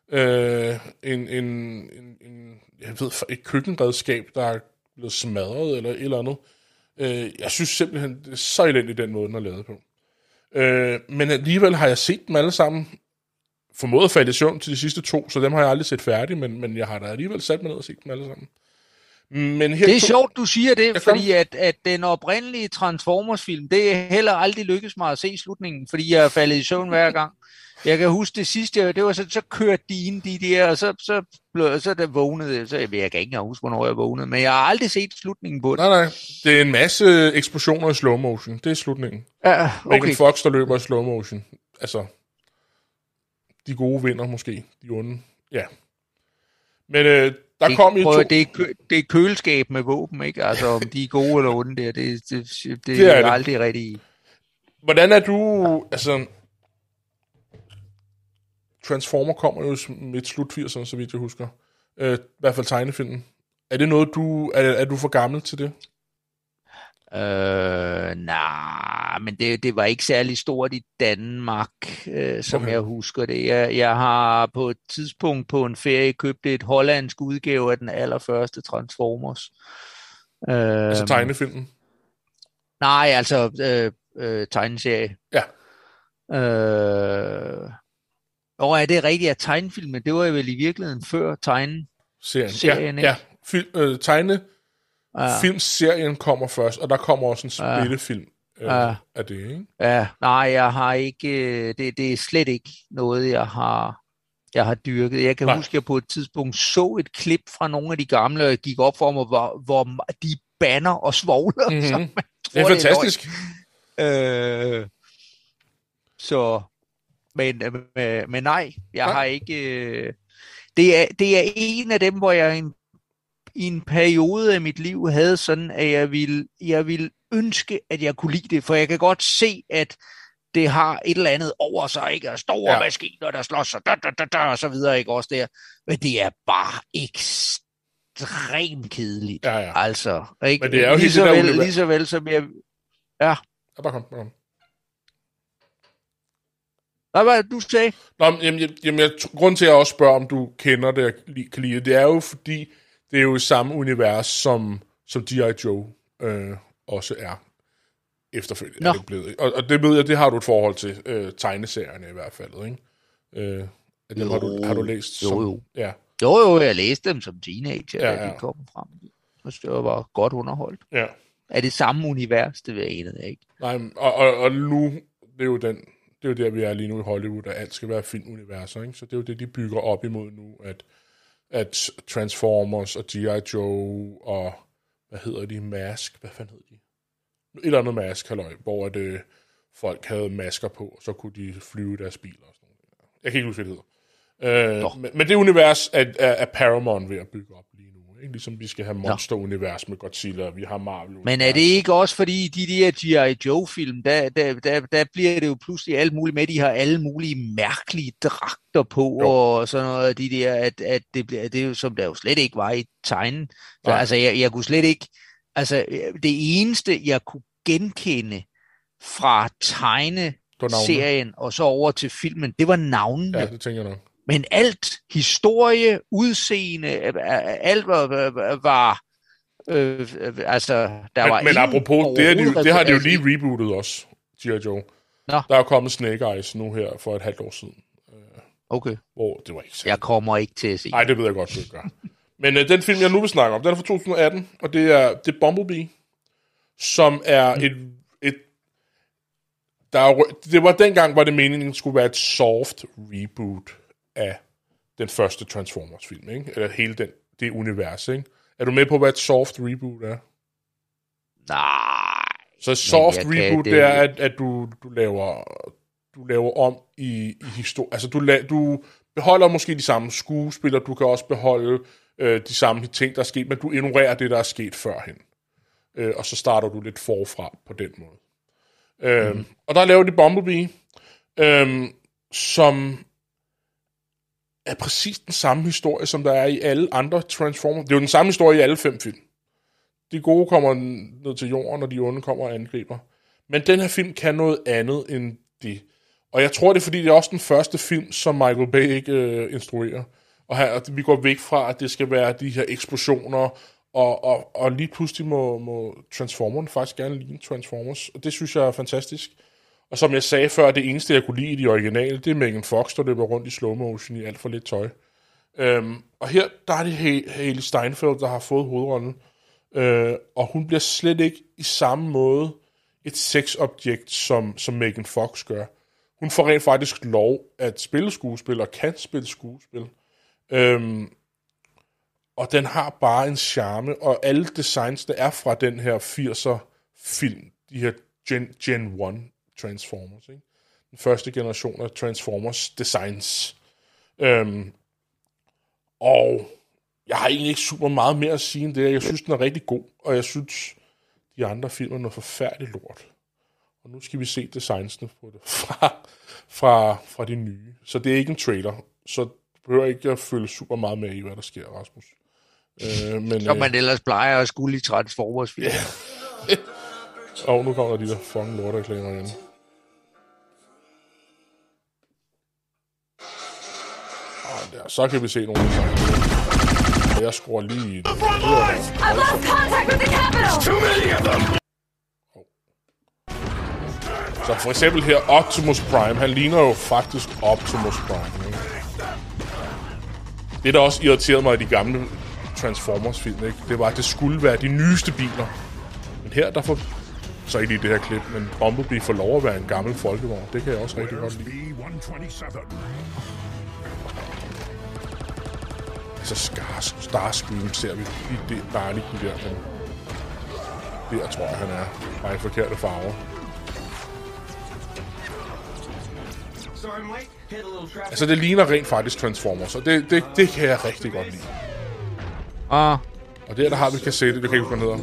S2: et køkkenredskab, der er blevet smadret, eller et eller andet. Jeg synes simpelthen, det er så elendigt, den måde, den er lavet på. Men alligevel har jeg set dem alle sammen, formået at falde i søvn til de sidste 2, så dem har jeg aldrig set færdige, men jeg har da alligevel sat mig ned og set dem alle sammen. Men
S3: det er sjovt, du siger det, fordi at den oprindelige Transformers-film, det er heller aldrig lykkedes mig at se slutningen, fordi jeg er faldet i søvn hver gang. Jeg kan huske det sidste, det var så kørte de ind de der, og så der vågnede, så jeg kan ikke engang huske, hvornår jeg vågnede, men jeg har aldrig set slutningen på det.
S2: Nej, det er en masse eksplosioner i slow motion, det er slutningen.
S3: Ja, okay.
S2: Megan Fox, der løber i slow motion. Altså, de gode vinder måske, de onde, ja. Men der kom jo to...
S3: Det er køleskab med våben, ikke? Altså, om de er gode eller onde der, det er aldrig rigtigt.
S2: Hvordan er du, altså... Transformer kommer jo midt slut 80'erne, så vidt jeg husker. I hvert fald tegnefilmen. Er det noget, er du for gammel til det?
S3: Nej, men det var ikke særlig stort i Danmark, som jeg husker det. Jeg har på et tidspunkt på en ferie købt et hollandsk udgave af den allerførste Transformers.
S2: Altså tegnefilmen?
S3: Nej, altså tegneserie.
S2: Ja.
S3: Og er det rigtigt, at tegnefilmen, det var jo vel i virkeligheden før tegneserien, ikke?
S2: Ja, filmserien kommer først, og der kommer også en spillefilm af det, ikke?
S3: Ja, nej, jeg har ikke, det er slet ikke noget, jeg har dyrket. Jeg kan huske, at jeg på et tidspunkt så et klip fra nogle af de gamle, og jeg gik op for mig, hvor de banner og svogler.
S2: Mm-hmm. Det er fantastisk.
S3: Så... Men nej, jeg har ikke... Det er en af dem, hvor jeg i en periode af mit liv havde sådan, at jeg ville ønske, at jeg kunne lide det, for jeg kan godt se, at det har et eller andet over sig, ikke? Og store maskiner, der slås sig, og så videre, ikke? Også der. Men det er bare ekstremt kedeligt.
S2: Ja.
S3: Altså, ikke?
S2: Men det er jo
S3: lige så vel som jeg... Ja.
S2: Bare kom.
S3: Hvad var det, du sagde?
S2: Grunden til, at jeg også spørger, om du kender det og kan lide det, er jo fordi, det er jo i samme univers, som G.I. Joe også er efterfølgende. Det blevet. Og det ved jeg, det har du et forhold til tegneserierne i hvert fald, ikke? Har du læst?
S3: Jo.
S2: Ja.
S3: Jo, jeg læste dem som teenager, da de kom frem. Det var godt underholdt.
S2: Ja.
S3: Er det samme univers, det anede jeg ikke.
S2: Nej, og nu, det er jo der, vi er lige nu i Hollywood, at alt skal være filmuniverser, ikke? Så det er jo det, de bygger op imod nu, at Transformers og G.I. Joe og, hvad hedder de, Mask, hvad fanden hedder de? Et eller andet Mask, halløj, hvor at, folk havde masker på, og så kunne de flyve deres biler og sådan noget. Jeg kan ikke huske, hvad det hedder. Men det univers er Paramount ved at bygge op lige nu, ikke? Ligesom vi skal have Monster-univers med Godzilla, og vi har Marvel.
S3: Men er det ikke også fordi, de der G.I. Joe-film, der bliver det jo pludselig alt muligt med, de har alle mulige mærkelige dragter på, og sådan noget, de der, at det er jo, som der jo slet ikke var i tegnen. Så, altså, jeg kunne slet ikke, altså, det eneste, jeg kunne genkende fra tegneserien og så over til filmen, det var navnene.
S2: Ja, det tænker jeg nok.
S3: Men alt, historie, udseende, alt var altså, der var
S2: men apropos, det har de jo lige rebootet også, G.I. Joe.
S3: Nå.
S2: Der er kommet Snake Eyes nu her for et halvt år siden.
S3: Okay.
S2: Hvor det var ikke så.
S3: Jeg kommer ikke til at se.
S2: Nej, det ved jeg godt, du gør. Men den film, jeg nu vil snakke om, den er fra 2018, og det er Bumblebee, som er det var dengang, hvor det meningen skulle være et soft reboot af den første Transformers-film, ikke? Eller hele det univers, ikke? Er du med på, hvad et soft reboot er?
S3: Nej.
S2: Så soft reboot, det er, at du laver om i historie. Altså, du beholder måske de samme skuespillere, du kan også beholde de samme ting, der er sket, men du ignorerer det, der er sket førhen. Og så starter du lidt forfra på den måde. Og der laver de Bumblebee, som er præcis den samme historie, som der er i alle andre Transformers. Det er jo den samme historie i alle 5 film. De gode kommer ned til jorden, og de onde kommer og angriber. Men den her film kan noget andet end det. Og jeg tror, det er, fordi det er også den første film, som Michael Bay ikke instruerer. Og her, vi går væk fra, at det skal være de her eksplosioner, og lige pludselig må Transformeren faktisk gerne ligne Transformers. Og det synes jeg er fantastisk. Og som jeg sagde før, det eneste, jeg kunne lide i de originale, det er Megan Fox, der løber rundt i slow motion i alt for lidt tøj. Og her, der er det Hailee Steinfeld, der har fået hovedrollen. Og hun bliver slet ikke i samme måde et sexobjekt, som Megan Fox gør. Hun får rent faktisk lov at spille skuespil, og kan spille skuespil. Og den har bare en charme, og alle designsene er fra den her 80'er film, de her Gen 1 Transformers, ikke? Den første generation af Transformers designs. Og jeg har egentlig ikke super meget mere at sige end det. Jeg synes, den er rigtig god, og jeg synes, de andre film er noget forfærdeligt lort. Og nu skal vi se designsene på det fra de nye. Så det er ikke en trailer, så du behøver ikke at følge super meget med i, hvad der sker, Rasmus. Men,
S3: som man ellers plejer at skulle i Transformers film.
S2: Og nu kommer der de der fucking lortereklamer igen. Der, så kan vi se nogle af dem. Jeg skruer lige i det. Så for eksempel her, Optimus Prime, han ligner jo faktisk Optimus Prime. Ikke? Det, der også irriterede mig i de gamle Transformers-film, ikke? Det var, at det skulle være de nyeste biler. Men her, der får... Så ikke lige det her klip, men Bumblebee får lov at være en gammel folkevogn. Det kan jeg også rigtig godt lide. Så Starscream ser vi lige det dejligt der, men der tror jeg, han er bare i forkerte farver. Altså, det ligner rent faktisk Transformers, og det kan jeg rigtig godt lide. Og der har vi kassetten, det kan ikke gå ned om.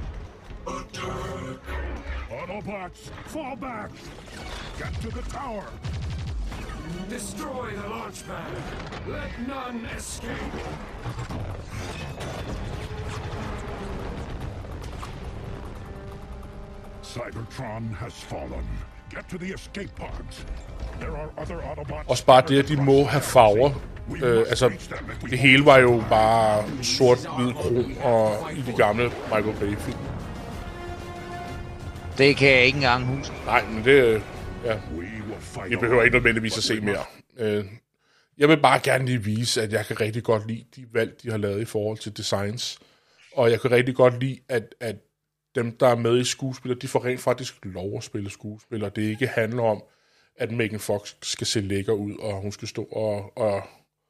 S21: Autobots, fall back! Get to the tower! Destroy the launch pad! Let none escape! Cybertron has fallen. Get to the escape pods. There are other Autobots.
S2: Også bare det, at de må have farver. Altså, det hele var jo bare sort, hvid, kron og i de gamle Michael Bay-film.
S3: Det kan jeg ikke engang huske.
S2: Nej, men det... Ja. Jeg behøver ikke nødvendigvis at se mere. Jeg vil bare gerne lige vise, at jeg kan rigtig godt lide de valg, de har lavet i forhold til designs. Og jeg kan rigtig godt lide, at dem, der er med i skuespiller, de får rent faktisk lov at spille skuespiller. Det ikke handler om, at Megan Fox skal se lækker ud, og hun skal stå og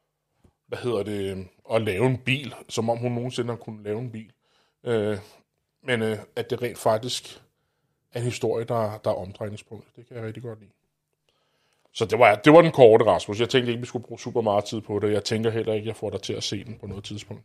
S2: lave en bil, som om hun nogensinde har kunnet lave en bil. Men at det rent faktisk er en historie, der er omdrejningspunkt. Det kan jeg rigtig godt lide. Så det var den korte, Rasmus. Jeg tænkte ikke, vi skulle bruge super meget tid på det. Jeg tænker heller ikke, jeg får dig til at se den på noget tidspunkt.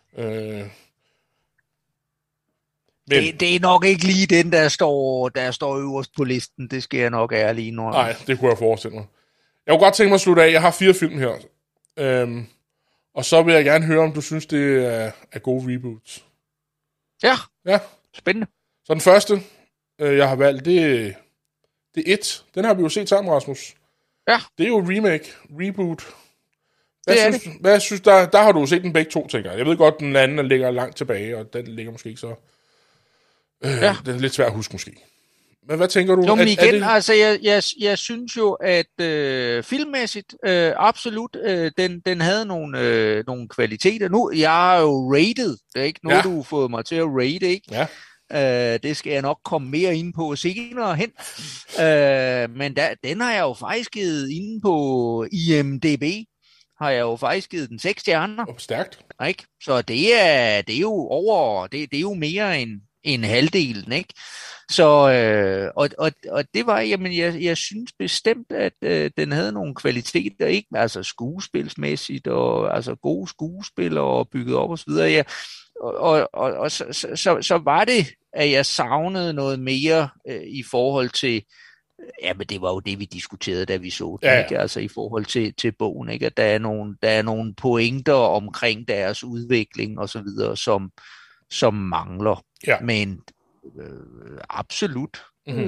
S3: Men det er nok ikke lige den, der står øverst på listen. Det skal jeg nok ærlig nu.
S2: Nej, det kunne jeg forestille mig. Jeg kunne godt tænke mig at slutte af. Jeg har 4 film her. Og så vil jeg gerne høre, om du synes, det er gode reboots.
S3: Ja. Spændende.
S2: Så den første, jeg har valgt, det Det er It. Den har vi jo set sammen, Rasmus.
S3: Ja.
S2: Det er jo remake, reboot.
S3: Hvad
S2: synes der har du set den begge to, tænker jeg. Jeg ved godt, den anden ligger langt tilbage, og den ligger måske ikke så... Den er lidt svær at huske, måske. Men hvad tænker du?
S3: Jo, men igen, altså, jeg synes jo, at filmmæssigt, absolut, den havde nogle kvaliteter. Nu, jeg har jo rated, det er ikke noget, du har fået mig til at rate, ikke? Ja. Det skal jeg nok komme mere ind på senere hen. Men den har jeg jo faktisk givet inde på IMDb, har jeg jo faktisk givet den 6 stjerner.
S2: Stærkt.
S3: Ikke? Så det er jo over, det er jo mere end halvdelen, ikke? Så, og det var, jamen, jeg synes bestemt, at den havde nogle kvaliteter, ikke? Altså skuespilsmæssigt, og altså gode skuespillere og bygget op og så videre. Ja. Og så var det, at jeg savnede noget mere i forhold til, men det var jo det, vi diskuterede, da vi så den, ikke? Altså i forhold til bogen, ikke? At der er nogle pointer omkring deres udvikling og så videre, som mangler. Ja. Men absolut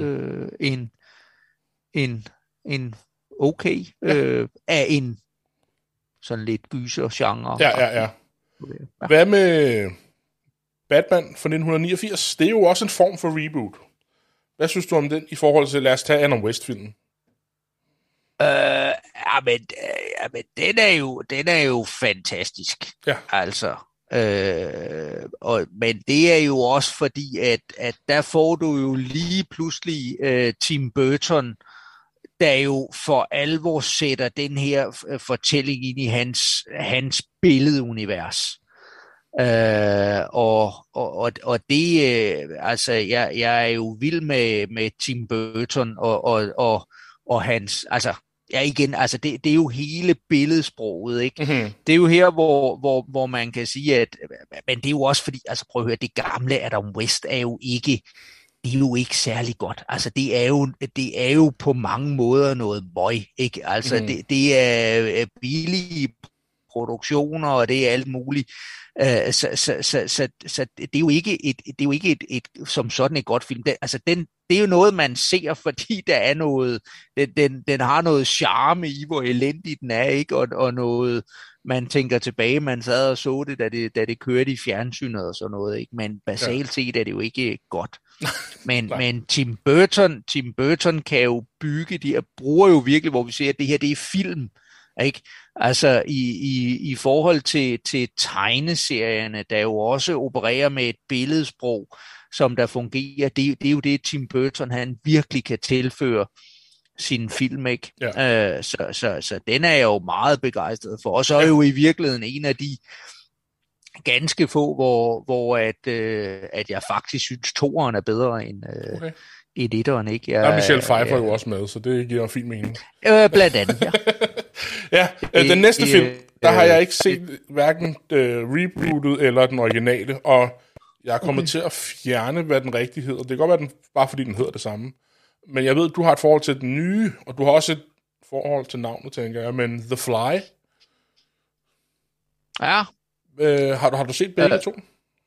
S3: en okay af en sådan lidt gyser-genre.
S2: Ja. Hvad med Batman fra 1989? Det er jo også en form for reboot. Hvad synes du om den i forhold til, lad os tage Adam West-filmen?
S3: Men den er jo fantastisk. Ja. Altså. Men det er jo også fordi, at der får du jo lige pludselig Tim Burton, der jo for alvor sætter den her fortælling ind i hans billedunivers. Og det, altså, jeg er jo vild med Tim Burton og hans, altså, ja igen, altså det er jo hele billedsproget, ikke? Mm-hmm. Det er jo her, hvor man kan sige, men det er jo også fordi, altså prøv at høre, det gamle Adam West er jo ikke særlig godt. Altså det er jo på mange måder noget møg, ikke? Altså det er billige produktioner, og det er alt muligt. Så det er jo ikke et som sådan et godt film. Det er jo noget, man ser, fordi der er noget, den har noget charme i, hvor elendig den er, ikke? Og noget, man tænker tilbage, man sad og så det, da det kørte i fjernsynet og sådan noget, ikke? Men basalt set er det jo ikke godt. Men Tim Burton kan jo bygge de, og bruger jo virkelig, hvor vi ser, at det her, det er film, ikke? Altså i forhold til tegneserierne, der jo også opererer med et billedsprog, som der fungerer, det er jo det, Tim Burton han virkelig kan tilføre sin film, ikke? Ja. Så den er jeg jo meget begejstret for. Og så er jo i virkeligheden en af de ganske få, hvor at jeg faktisk synes, toeren er bedre end etteren, ikke?
S2: Der er Michelle Pfeiffer jo også med, så det giver en fin mening.
S3: Blandt andet, ja.
S2: Den næste film, der har jeg ikke set hverken rebootet eller den originale, og jeg er kommet til at fjerne, hvad den rigtige hedder. Det kan godt være, den, bare fordi den hedder det samme. Men jeg ved, at du har et forhold til den nye, og du har også et forhold til navnet, tænker jeg, men The Fly.
S3: Ja.
S2: Har du set begge to?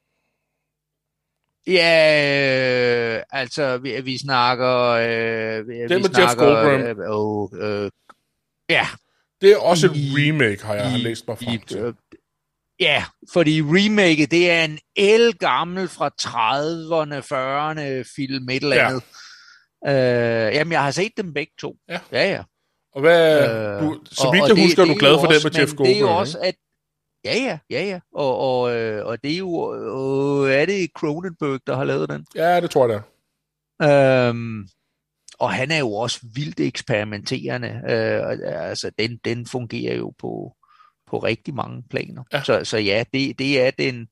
S3: Ja, altså, vi snakker...
S2: det med Jeff Goldblum.
S3: Ja.
S2: Det er også et remake, har jeg læst mig frem til.
S3: Ja, fordi remake, det er en ældgammel fra 30'erne, 40'erne film, et eller andet. Jamen, jeg har set dem begge to. Ja.
S2: Og hvad... så vidt jeg husker, er du glad for det med Jeff Goldblum?
S3: Det er jo også, at... Ja. Og det er jo... er det Cronenberg, der har lavet den?
S2: Ja, det tror jeg, det er.
S3: Og han er jo også vildt eksperimenterende. Altså, den fungerer jo på rigtig mange planer. Ja. Så ja, det er den...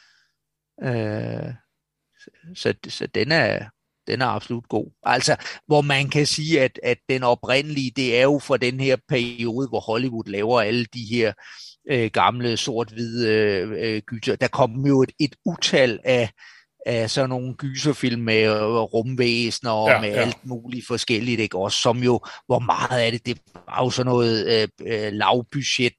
S3: Så den er absolut god. Altså, hvor man kan sige, at den oprindelige, det er jo fra den her periode, hvor Hollywood laver alle de her gamle sort-hvide gyser. Der kom jo et utal af sådan nogle gyserfilm med rumvæsener og med alt muligt forskelligt, ikke? Også som jo, hvor meget af det var jo sådan noget lavbudget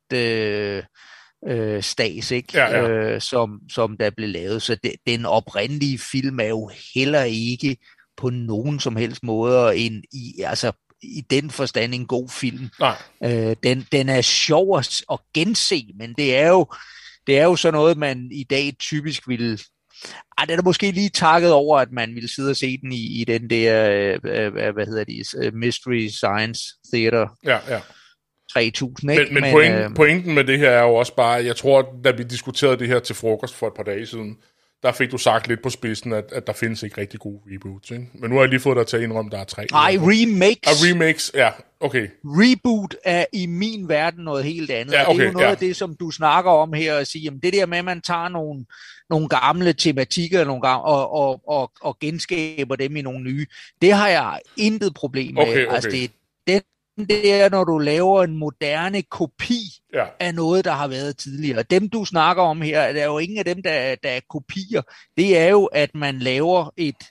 S3: stas, ikke? Som der blev lavet. Så den oprindelige film er jo heller ikke på nogen som helst måde i den forstand en god film. Den er sjov at gense, men det er jo sådan noget, man i dag typisk ville... den er måske lige takket over, at man ville sidde og se den i den der, hvad hedder det, Mystery Science Theater.
S2: Ja.
S3: 3000, ikke?
S2: Men pointen med det her er jo også bare, jeg tror, da vi diskuterede det her til frokost for et par dage siden, der fik du sagt lidt på spidsen, at der findes ikke rigtig gode reboots, ikke? Men nu har jeg lige fået dig til at indrømme, at der er 3.
S3: Nej, remakes.
S2: Remakes, ja, okay.
S3: Reboot er i min verden noget helt andet. Ja, okay, det er jo noget af det, som du snakker om her, at sige, jamen det der med, at man tager nogle gamle tematikker og genskaber dem i nogle nye, det har jeg intet problem med.
S2: Okay.
S3: Altså det er, når du laver en moderne kopi af noget, der har været tidligere. Dem, du snakker om her, der er jo ingen af dem, der er kopier. Det er jo, at man laver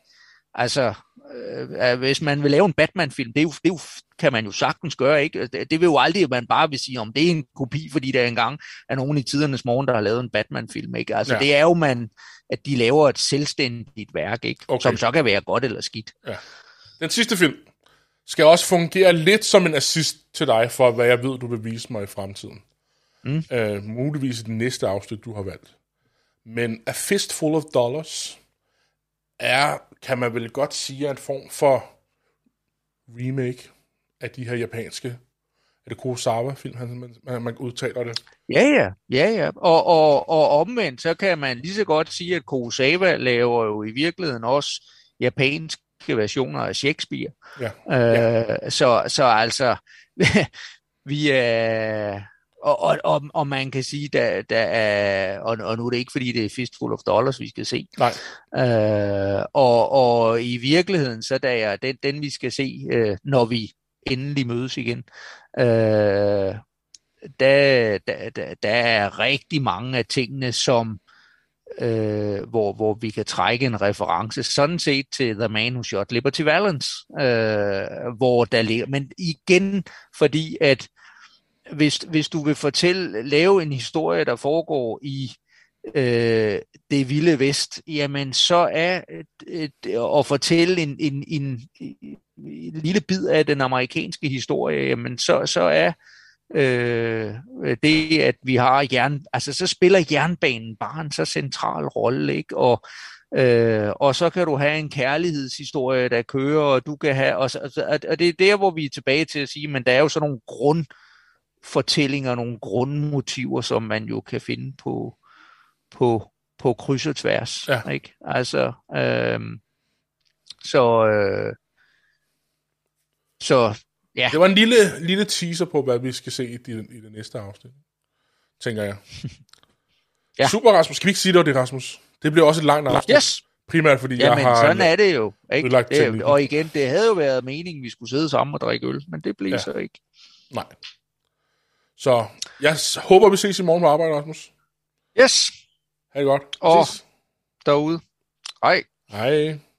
S3: hvis man vil lave en Batman-film, det kan man jo sagtens gøre, ikke? Det vil jo aldrig, at man bare vil sige, om det er en kopi, fordi der engang er nogen i tidernes morgen, der har lavet en Batman-film, ikke? Altså, det er jo, at de laver et selvstændigt værk, ikke? Okay. Som så kan være godt eller skidt.
S2: Ja. Den sidste film skal også fungere lidt som en assist til dig, for hvad jeg ved, du vil vise mig i fremtiden. Muligvis i den næste afsnit, du har valgt. Men A Fistful of Dollars kan man vel godt sige, en form for remake af de her japanske, er det Kurosawa-film, man udtaler det?
S3: Ja. Og omvendt, så kan man lige så godt sige, at Kurosawa laver jo i virkeligheden også japanske versioner af Shakespeare. Så altså, vi er... Og man kan sige, der er, og nu er det ikke fordi det er Fistful of Dollars, vi skal se.
S2: Nej.
S3: Og i virkeligheden, så der er den vi skal se, når vi endelig mødes igen. Der er rigtig mange af tingene, som hvor vi kan trække en reference sådan set til The Man Who Shot Liberty Valance, hvor der ligger, men igen fordi at hvis du vil lave en historie, der foregår i det vilde vest, jamen så er at fortælle en lille bid af den amerikanske historie, jamen så er det, at vi har så spiller jernbanen bare en så central rolle, ikke? Og så kan du have en kærlighedshistorie, der kører, og du kan have, og det er der, hvor vi er tilbage til at sige, men der er jo sådan nogle grundfortællinger, nogle grundmotiver, som man jo kan finde på kryds og tværs, ikke? Altså, så ja.
S2: Det var en lille teaser på, hvad vi skal se i det næste afsnit, tænker jeg.
S3: Ja.
S2: Super, Rasmus. Skal vi ikke sige det, Rasmus? Det bliver også et langt afsnit.
S3: Yes.
S2: Primært fordi jeg har...
S3: sådan er det jo. Ikke? Og igen, det havde jo været meningen, vi skulle sidde sammen og drikke øl, men det blev så ikke.
S2: Nej. Så jeg håber, vi ses i morgen på arbejde, Rasmus.
S3: Yes.
S2: Ha' det godt.
S3: Og derude. Hej.
S2: Hej.